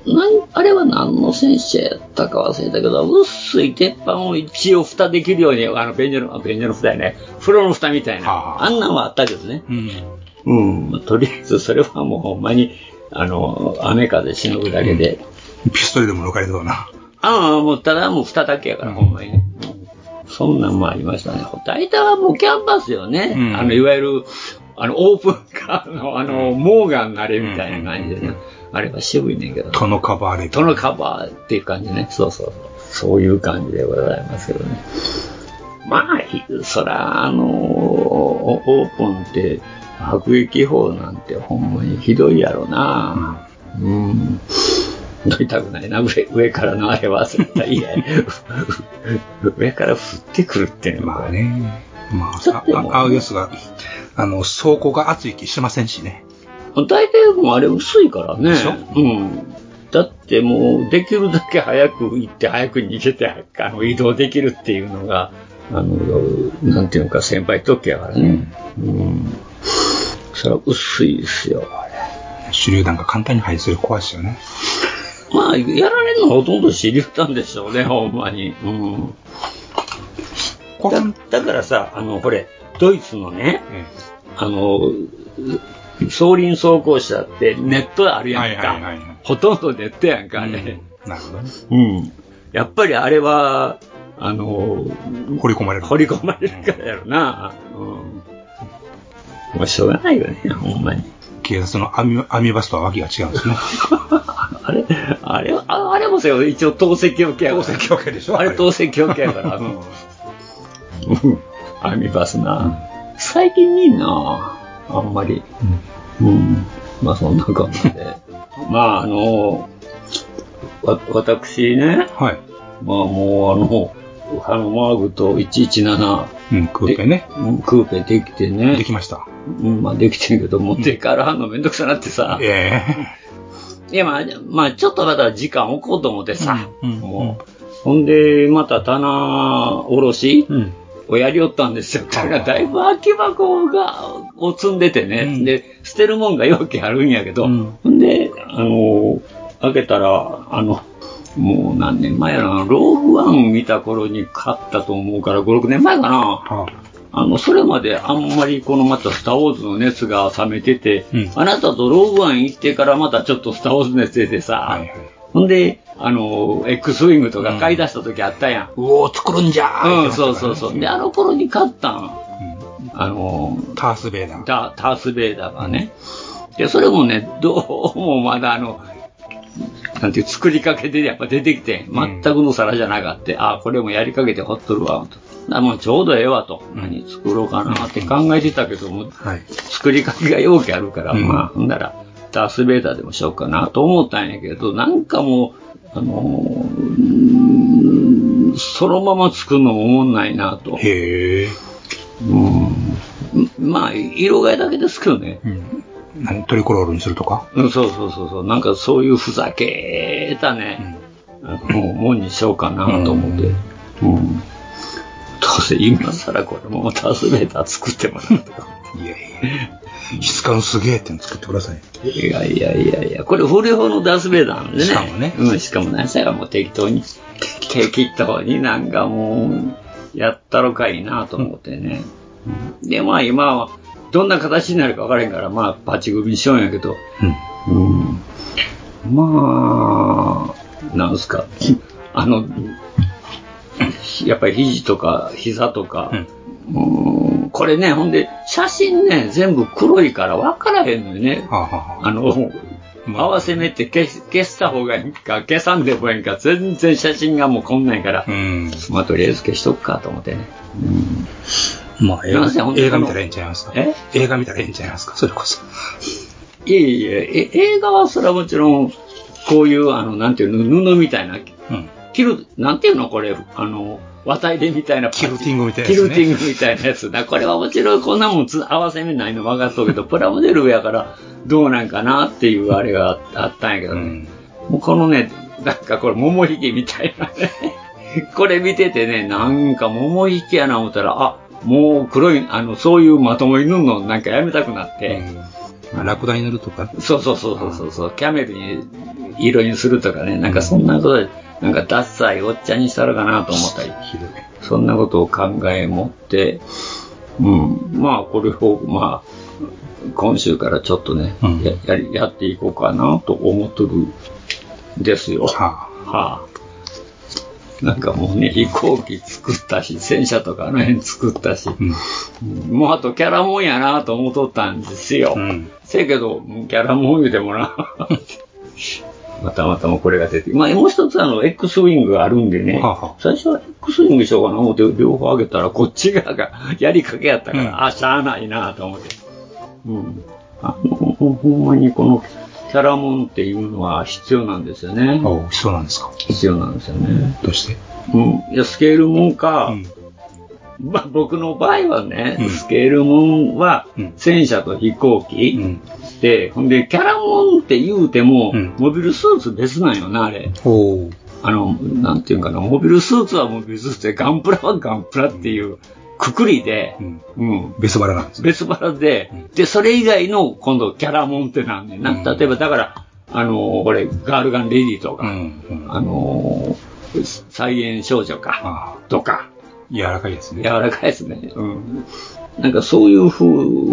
あれは何の戦車やったか忘れたけど、薄い鉄板を一応蓋できるように、便所の蓋やね、風呂の蓋みたいな、あんなんはあったけどね。とりあえずそれはもうほんまに、雨風しのぐだけで。 ピストルでも抜かれそうな。 もうただもう蓋だけやから、ほんまにね。そんなんもありましたね。大体はもうキャンバスよね。いわゆる、オープンカーの、モーガンなれみたいな感じでね。あれは渋いねんけど。 トノカバーレトノカバーっていう感じね。そういう感じでございますけどね。まあ、そら、オープンって、迫撃砲なんてほんまにひどいやろな。乗りたくないな、上からのあれは絶対嫌や。上から降ってくるってね。 まあね。まあ、青いスが、装甲が熱い気しませんしね。 大体もうあれ薄いからね。だってもうできるだけ早く行って早く逃げて移動できるっていうのがなんていうのか先輩特許やからね。それは薄いですよあれ。 手榴弾が簡単に入する怖いですよね。 まあやられるのはほとんど手榴弾でしょうねほんまに。だからさこれドイツのね装輪装甲車ってネットあるやんか。ほとんどネットやんか、あれ。 なるほど。 やっぱりあれは、 掘り込まれるからやろな。もうしょうがないよね、ほんまに。 警察の網バスとはわけが違うんですね。 あれもさ、一応透析用系やから。 透析用系でしょあれ透析用系やから。網バスな。最近いいなあんまり。まあそんな感じで。まあ私ね。 はい。 まあもうハノマーグと117。 クーペね。 クーペできてね。 できました。 まあできてるけど、持ってからはんのめんどくさなってさ。いやまあちょっとまだ時間置こうと思ってさ。ほんで、また棚おろしをやりよったんですよ。だからだいぶ空き箱を積んでてね。で、捨てるもんが容器あるんやけど。ほんで、開けたら、もう何年前やな、ローグワン見た頃に買ったと思うから、5、6年前かな。それまであんまりこのまたスターウォーズの熱が冷めてて、あなたとローグワン行ってからまたちょっとスターウォーズ熱出てさ、ほんで、X ウィングとか買い出した時あったやん。 作るんじゃーそう。で、あの頃に買ったん。 タースベイダー。 タースベイダーがね。で、それもね、どうもまだなんていう作りかけでやっぱ出てきて、全くの皿じゃなかった。これもやりかけてほっとるわ、と。もうちょうどええわと。何作ろうかなって考えてたけども、作りかけが容器あるから、まあ、ほんなら、ダースベイダーでもしようかなと思ったんやけど、なんかもう、そのまま作るのも思んないなと。 へぇまあ、色替えだけですけどね。 トリコロールにするとかそう。なんかそういうふざけたね、もんにしようかなと思って。どうせ今更これもダースベイダー作ってもらうとか。 いや質感すげえっての作ってください。 いや、これ古い方のダースベイダーなんでね。 しかもね。 しかも何歳かもう適当になんかもう、やったろかいなと思ってね。で、まあ今は、どんな形になるか分からへんから、まあ、パチ組にしようんやけど、まあ、なんすか、やっぱり肘とか膝とか、これね、ほんで、写真ね、全部黒いから分からへんのよね。合わせ目って消した方がいいか、消さんでもいいか、全然写真がもうこんなんやから、まあ、とりあえず消しとくかと思ってね。 まあ、映画見たらええんちゃいますか。映画見たらええんちゃいますか、それこそ。 いや、映画はそれはもちろん、こういう、なんていうの、布みたいな、なんていうのこれ、綿入れみたいなキルティングみたいなやつ、 キルティングみたいなやつだ。これはもちろんこんなもん合わせ目ないの分かっとるけど、プラモデルやからどうなんかなっていうあれがあったんやけどね。もうこのね、なんかこれ桃引きみたいなね。これ見ててね、なんか桃引きやな思ったら、もう黒い、そういうまともに塗るのなんかやめたくなって。 ラクダに塗るとかそう。キャメルに色にするとかね、なんかそんなことで、なんかダッサいおっちゃんにしたらかなと思ったり、そんなことを考え持って、まあこれを、まあ、今週からちょっとね、やっていこうかなと思っとるんですよ。なんかもうね、飛行機作ったし、戦車とかあの辺作ったし、もうあとキャラモンやなと思っとったんですよ。せやけど、キャラモン言うてもな、たまたまこれが出て、まあもう一つX ウィングがあるんでね、最初は X ウィングしようかな思って両方上げたら、こっち側がやりかけやったから、しゃあないなと思って。ほんまにこのキャラモンっていうのは必要なんですよね。 必要なんですか？ 必要なんですよね。 どうして？ いや、スケールモンか、まあ僕の場合はね、スケールモンは戦車と飛行機、で、ほんでキャラモンって言うても、モビルスーツ別なんよな、あれ。なんていうかな、モビルスーツはモビルスーツで、ガンプラはガンプラっていうくくりで、 別腹なんですね。 別腹で、で、それ以外の今度キャラモンってなんねんな。例えばだから、これ、ガールガンレディとか、菜園少女か、とか。 柔らかいですね。 柔らかいですね。なんかそういう風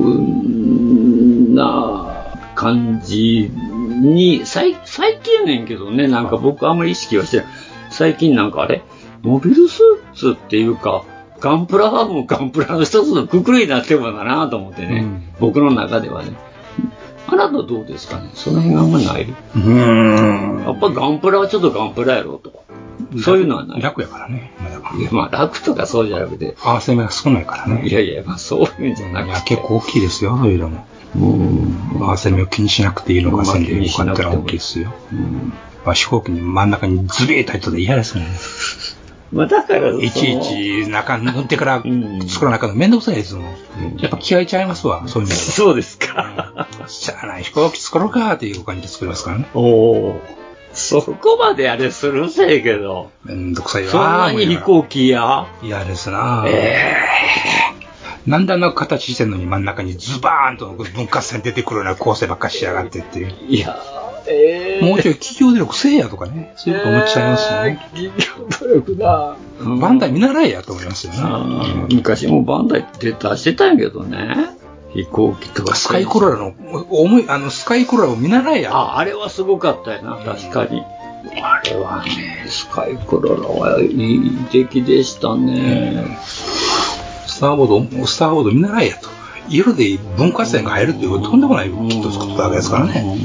な感じに、最近やねんけどね、なんか僕あんまり意識はしてない。最近なんかあれ、モビルスーツっていうか、ガンプラはもうガンプラの一つのくくりになってるのかなと思ってね、僕の中ではね。あなたどうですかね？その辺あんまない？やっぱガンプラはちょっとガンプラやろうと。そういうのはない。 楽やからね。 まあ楽とかそうじゃなくて。 合わせ目が少ないからね。 いやいや、まあそういうんじゃなくて。 いや、結構大きいですよ、そういうのも。合わせ目を気にしなくていいのが線でよかったら大きいですよ。飛行機に真ん中にズビーッと入ったら嫌ですね。 まあだからいちいち中塗ってから作らなかったらめんどくさいですもん。やっぱ気合いちゃいますわ、そういうの。 そうですか。 しゃあない飛行機作ろうかっていう感じで作りますからね。 そこまであれするせえけど。 めんどくさいわ。 そんなに飛行機や？ 嫌ですな。なんであんな形してんのに真ん中にズバーンと分割線出てくるような構成ばっかしやがってっていう。 いや、 もうちょい企業努力せえやとかね。そういうこと思っちゃいますね。 企業努力な。 バンダイ見習えやと思いますよね。 昔もバンダイって出してたんやけどね。飛行機とか。 スカイコロラの、スカイコロラを見習えや。 あれはすごかったよな、確かに。あれはね、スカイコロラはいい出来でしたね。 スターボード見習えやと。色で分割線が入るっていうとんでもないキットを作ったわけですからね。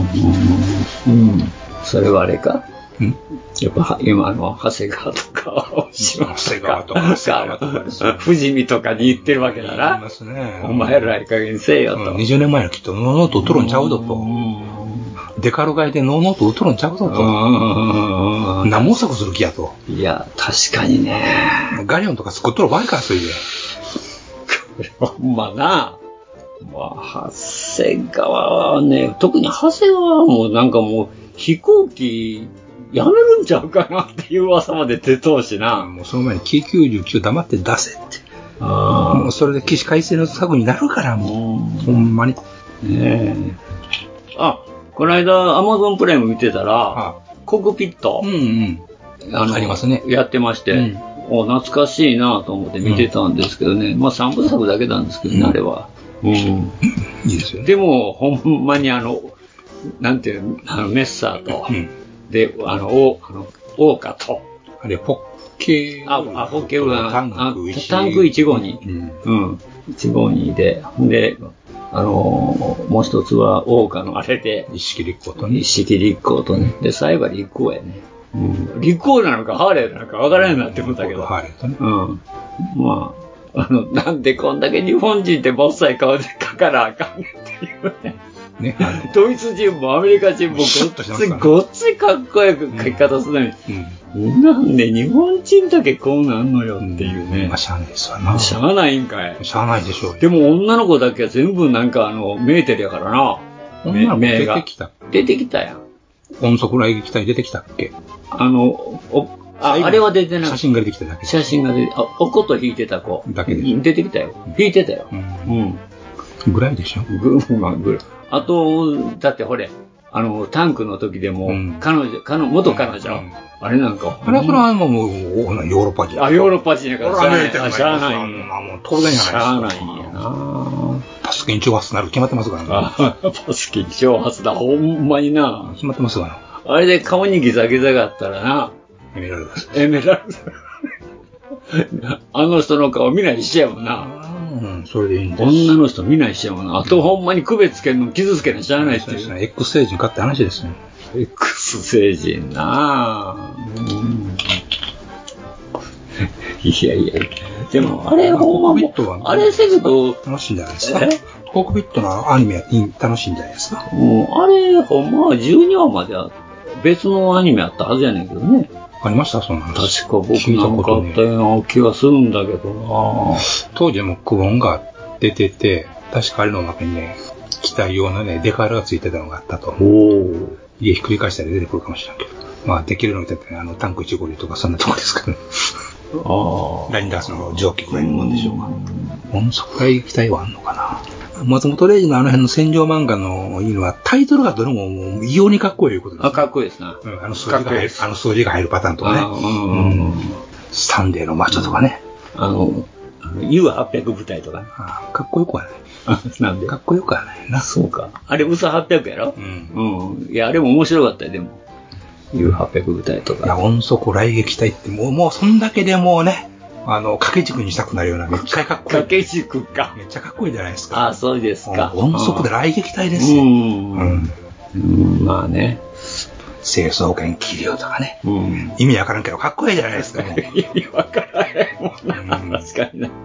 それはあれか？やっぱ今長谷川とか、 長谷川とか、 富士見とかに行ってるわけだな。 言いますね。 お前らいい加減にせえよと。 20年前のきっとノーノーと売っとるんちゃうぞと。デカル買いでノーノーと売っとるんちゃうぞと。何も作する気やと。 いや、確かにね。 ガリオンとか作っとる場合か、それで。 ほんまな。まあ、長谷川はね、特に長谷川はもうなんかもう飛行機やめるんちゃうかなっていう噂まで出とうしな。 もうその前に K99 黙って出せって。もうそれで起死回生の策になるからもう、ほんまに。 ねえ。この間 Amazon プライム見てたら、コックピット。 ありますね。 やってまして。懐かしいなと思って見てたんですけどね。まあ3部作だけなんですけどね、あれは。 いいですよね。 でも、ほんまになんていうの、メッサーと、で、オーカと、 あれ、ポッケポッケは、タンク152。152で、で、もう一つは、オーカのあれで、 一式立候とね。 一式立候とね。で、最後は立候やね。立候なのかハーレーなのか分からないなって思ったけど。 ハーレーとね。 まあ、なんでこんだけ日本人ってぼっさい顔で描かなあかんねんっていうね。ドイツ人もアメリカ人もごっついかっこよく描き方するのに、なんで日本人だけこうなんのよっていうね。 まあ、しゃあないですわな。 しゃあないんかい。 しゃあないでしょう。 でも女の子だけは全部なんかメーテルやからな。 女の子出てきた。 出てきたやん。 音速来撃隊出てきたっけ？ あれは出てない。 写真が出てきただけ。 写真が出て、おこと弾いてた子。 だけで。 出てきたよ。弾いてたよ。 ぐらいでしょ。 あと、だってほれ、 タンクの時でも、元彼女、あれなんか。 あれはそれはもう、ヨーロッパ人。 ヨーロッパ人やから。 しゃあない。もう当然じゃないですか。 しゃあないんやな。 パスキン挑発なる決まってますからね。 パスキン挑発だ、ほんまにな。 決まってますから。 あれで顔にギザギザがあったらな。 エメラルドです。 エメラルド。あの人の顔見ない一緒やもんな。 それでいいんです。 女の人見ない一緒やもんな。あとほんまに区別つけるの、傷つけるのしゃあないっていう。 X 星人かって話ですね。 X 星人ないやいや。でも、あれほんまもあれせずと楽しいんじゃないですか。コックピットのアニメ楽しいんじゃないですか。 あれほんまは12話まで別のアニメあったはずやねんけどね。 ありましたそんな話。 確か僕なんかあったような気がするんだけどな。 当時もクボンが出てて、確かあれの中にね、機体用のね、デカールがついてたのがあったと。家ひっくり返したら出てくるかもしれんけど。まあ、できるのってタンク1号とかそんなとこですからね。ラインダースの蒸気ぐらいのもんでしょうか。そこらい機体はあんのかな。松本零士のあの辺の戦場漫画のいいのは、タイトルがどれももう異様にかっこいいことです、ね。 かっこいいですな。 あの数字が入るパターンとかね。スタンデーのマチョとかね。 U800 部隊とかね。 かっこよくはない。 なんでかっこよくはないな。 そうか。あれ、USA 800やろいや、あれも面白かったよ、でも。U800 部隊とか。 いや、音速雷撃隊って、もう、そんだけでもうね、掛け軸にしたくなるような、めっちゃかっこいい。 掛け軸か。 めっちゃかっこいいじゃないですか。 そうですか。 音速で雷撃隊ですよ。 まあね。 清掃犬キリオとかね。意味わからんけど、かっこいいじゃないですか。 意味わからへんもんな。確かにな。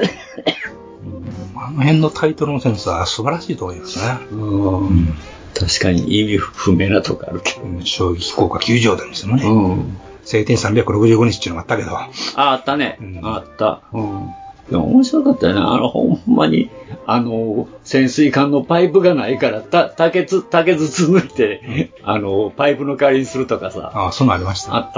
あの辺のタイトルのセンスは素晴らしいと思いますね。 確かに意味不明なとこあるけど。 将棋飛行が90度にしてもね。晴天365日っていうのがあったけど。 あったね。あった。でも面白かったよね。ほんまに、潜水艦のパイプがないから、竹筒抜いて、パイプの代わりにするとかさ。 そんなありました。 あった。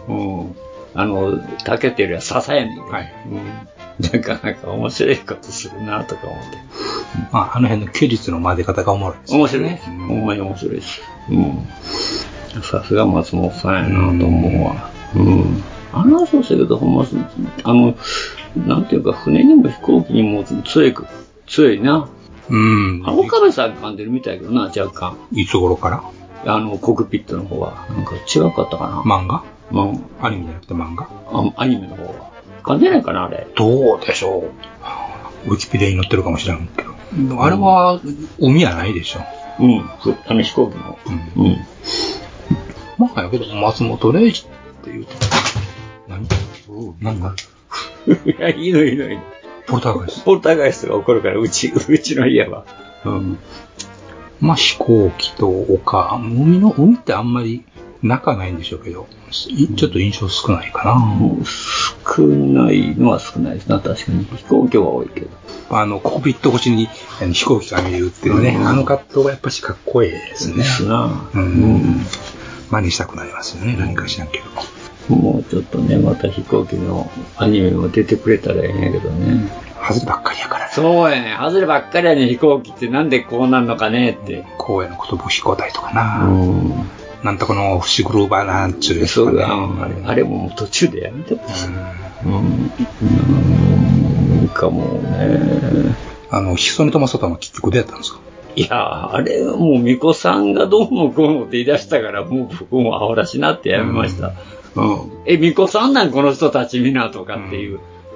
竹っていうよりは笹やねんけど。なかなか面白いことするなとか思って。 あの辺の休日の混ぜ方がおもろいですね。 面白いね。ほんまに面白いです。さすが松本さんやなと思うわ。あの人したけど、ほんま、なんていうか、船にも飛行機にも強いな。岡部さん噛んでるみたいけどな、若干。 いつ頃からコックピットの方は。なんか違かったかな。 漫画アニメじゃなくて漫画アニメの方は。噛んでないかな、あれ。 どうでしょう。ウィキペディアに載ってるかもしれんけど。あれは、海はないでしょ。 飛行機の。 まあ、やけど、松本零士って言うと。何がいや、いいの。 ポルターガイスト。 ポルターガイストが起こるから、うちの家は。 まあ、飛行機と丘。海ってあんまり仲ないんでしょうけど、ちょっと印象少ないかな。 少ないのは少ないですな、確かに。飛行機は多いけど。 コックピット越しに飛行機が見えるっていうね、あの葛藤がやっぱしかっこいいですね。 ですな。 真似したくなりますよね、何か知らんけど。 もうちょっとね、また飛行機のアニメも出てくれたらええんやけどね。 外ればっかりやからね。 そうやね。外ればっかりやね、飛行機ってなんでこうなんのかねって。 荒野のこと飛行隊とかな。なんとこのフシグルーバーなんちゅうですかね。 あれも途中でやめてほしい。なんかもうね。 ヒソネとマサトは結局出会ったんですか？ いや、あれ、もう巫女さんがどうもこうもって言い出したから、もう僕もアホらしなってやめました。巫女さんなんこの人たちみなとかっていう。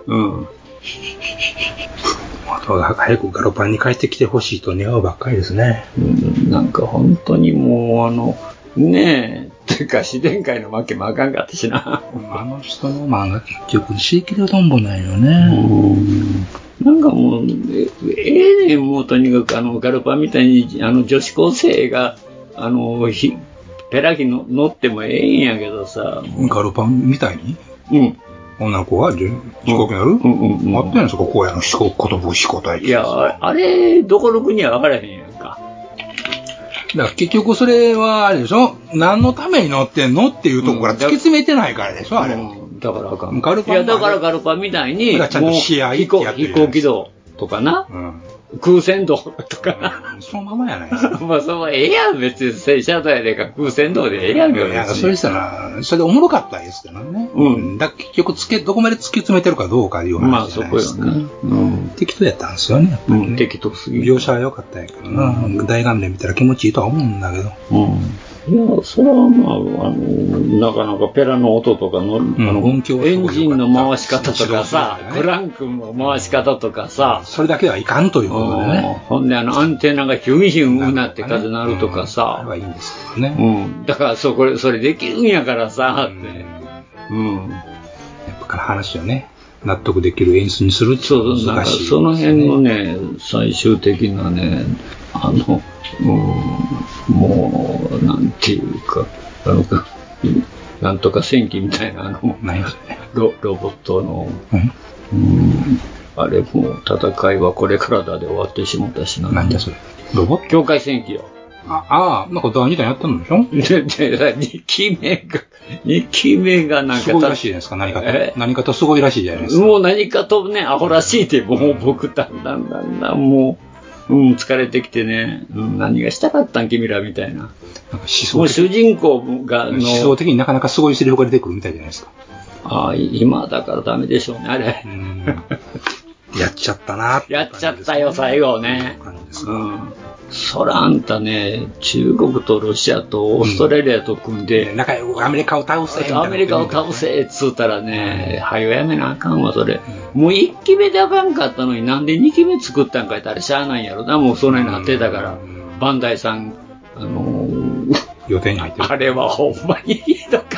あとは早くガロパンに帰ってきてほしいと願うばっかりですね。 なんか本当にもうねえ、てか自然界の負けもあかんかったしな。 あの人の漫画結局シーキレトンボないよね。 なんかもう、ねんもうとにかくガルパンみたいに女子高生がペラギ乗ってもええんやけどさ。 ガルパンみたいに？女の子が飛行機乗る？あったんですか、荒野の飛行隊。 いや、あれ、どこの国は分からへんやんか。 だから結局それはあれでしょ、何のために乗ってんのっていうところから突き詰めてないからでしょ、あれは。 だからあかん。 ガルパン。 いや、だからガルパンみたいに、 ちゃんと試合飛行機道とかな。 空船道とか。 そのままやないですか。 まあ、そのええやん、別に、戦車道やでか、空船道でええやんか、 いや、それしたら、それでおもろかったらいいですけどね。だ結局、どこまで突き詰めてるかどうかいう話じゃないですか。まあ、そこよね。適当やったんですよね、やっぱり、ね。 適当すぎる。 描写は良かったんやけどな。大画面で見たら気持ちいいとは思うんだけど。 いや、それはまあ、なかなかペラの音とかの、エンジンの回し方とかさ、クランクの回し方とかさ、 それだけはいかんということでね。 ほんで、アンテナがヒュンヒュンうなって風鳴るとかさ、 あれはいいんですけどね。 だから、それできるんやからさ、って。やっぱ話をね、納得できる演出にするって難しい。 なんかその辺のね、最終的なね、もう、なんていうか、なんとか戦記みたいなロボットの、あれもう戦いはこれからだで終わってしもたしな。 なんじゃそれ。ロボット境界戦記よ。 なんか第2弾やったんでしょ 2期目がなんか。 すごいらしいですか、何かと。何かとすごいらしいじゃないですか。 もう何かとね、アホらしいって、もう僕だんだんもう、疲れてきてね、何がしたかったん君らみたいな。 なんか思想もう主人公が思想的になかなかすごいセリフが出てくるみたいじゃないですか。 今だからダメでしょうね、あれ。 やっちゃったな。 やっちゃったよ、最後ね。そらあんたね、中国とロシアとオーストラリアと組んで、 仲良くアメリカを倒せアメリカを倒せっつったらね、はよやめなあかんわ、それ。もう1期目であかんかったのになんで2期目作ったんか言ったらしゃあないんやろな、もうそんなになってたから。バンダイさん、 予定に入ってる。 あれはほんまにひどかった。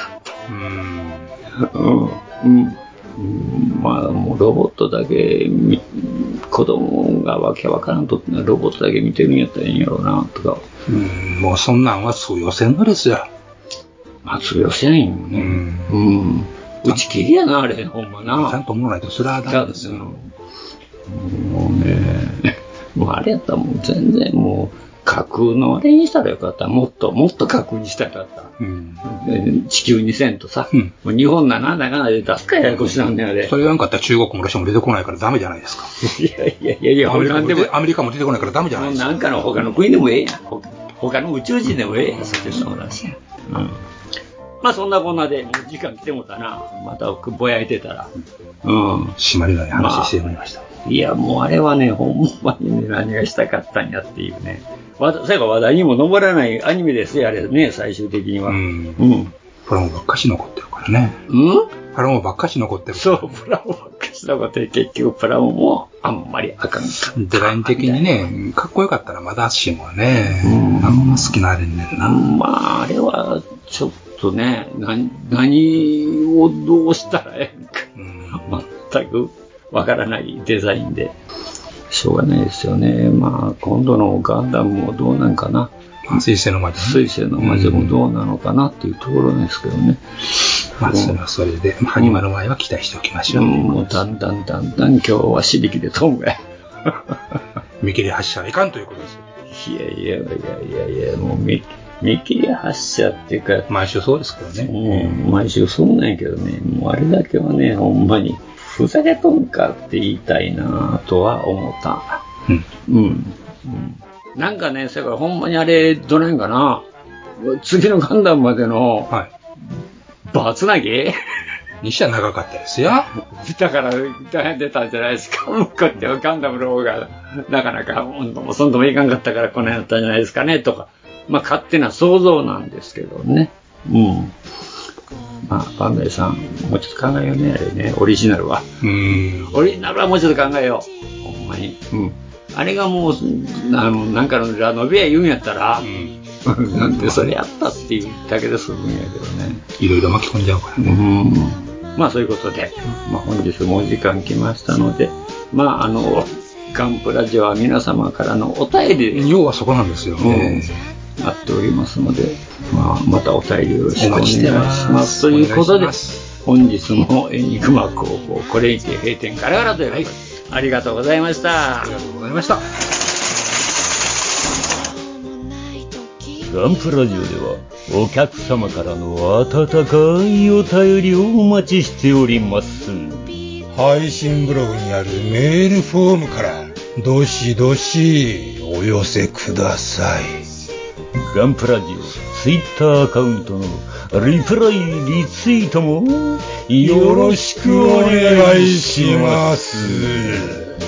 まあ、もうロボットだけ、子供がわけわからんとってロボットだけ見てるんやったらいいんやろうな、とか。 もうそんなんは通用せんのですよ。 まあ通用せんよね。打ち切りやな、あれ、ほんまな。 ちゃんと思わないとそれはダメですよ。 もうね、もうあれやったらもう全然もう、架空のあれにしたらよかった。もっと架空にしたらよかった。地球2000とさ、もう日本なんだかんだで出すかややこしなんねあれ。 それ言わんかったら中国もロシアも出てこないからダメじゃないですか。 いや、 アメリカも出てこないからダメじゃないですか。 なんかの他の国でもええやん。他の宇宙人でもええやん。そっちの話。まあそんなこんなで、もう時間来てもたな。またぼやいてたら。 締まりない話してまいりました。 いや、もうあれはね、ほんまにね、何がしたかったんやっていうね。最後話題にも上らないアニメですよ、あれね、最終的には。 プラモばっかし残ってるからね。プラモばっかし残ってる。 そう、プラモばっかし残ってる。結局プラモもあんまりあかんか。 デザイン的にね、かっこよかったらまだしもね、あんま好きなあれねんな。 まあ、あれは、ちょっとね、何をどうしたらええか。全くわからないデザインで。しょうがないですよね。まあ、今度のガンダムもどうなんかな。 水星の魔女。 水星の魔女もどうなのかなっていうところですけどね。 まあ、それはそれで、始まる前は期待しておきましょう。 もうだんだん今日は私力で飛ぶや。 見切り発車はいかんということですよ。 いや、もう見切り発車っていうか。 毎週そうですけどね。 毎週そうなんやけどね。もうあれだけはね、ほんまに。ふざけとんかって言いたいなとは思った。なんかね、それからほんまにあれ、どないんかな。次のガンダムまでの、バーつなぎにしては長かったですよ。 だから、大変出たんじゃないですか。こうやってガンダムの方が、なかなか、そんともいかんかったからこの辺だったんじゃないですかね、とか。まあ、勝手な想像なんですけどね。まあ、バンダイさん、もうちょっと考えようね、あれね、オリジナルは。オリジナルはもうちょっと考えよう。ほんまに。あれがもう、なんかのラノベや言うんやったら、なんでそれやったっていうだけで済むんやけどね。 いろいろ巻き込んじゃうからね。 まあ、そういうことで、まあ、本日もお時間来ましたので、まあ、ガンプラジオは皆様からのお便り要はそこなんですよね。 なっておりますので、またお便りよろしくお願いします。ということで、本日もエニグマ工房、これにて閉店ガラガラということで、ありがとうございました。 ありがとうございました。 ガンプラジオでは、お客様からの温かいお便りをお待ちしております。 配信ブログにあるメールフォームから、 どしどしお寄せください。 ガンプラジオツイッターアカウントのリプライリツイートもよろしくお願いします。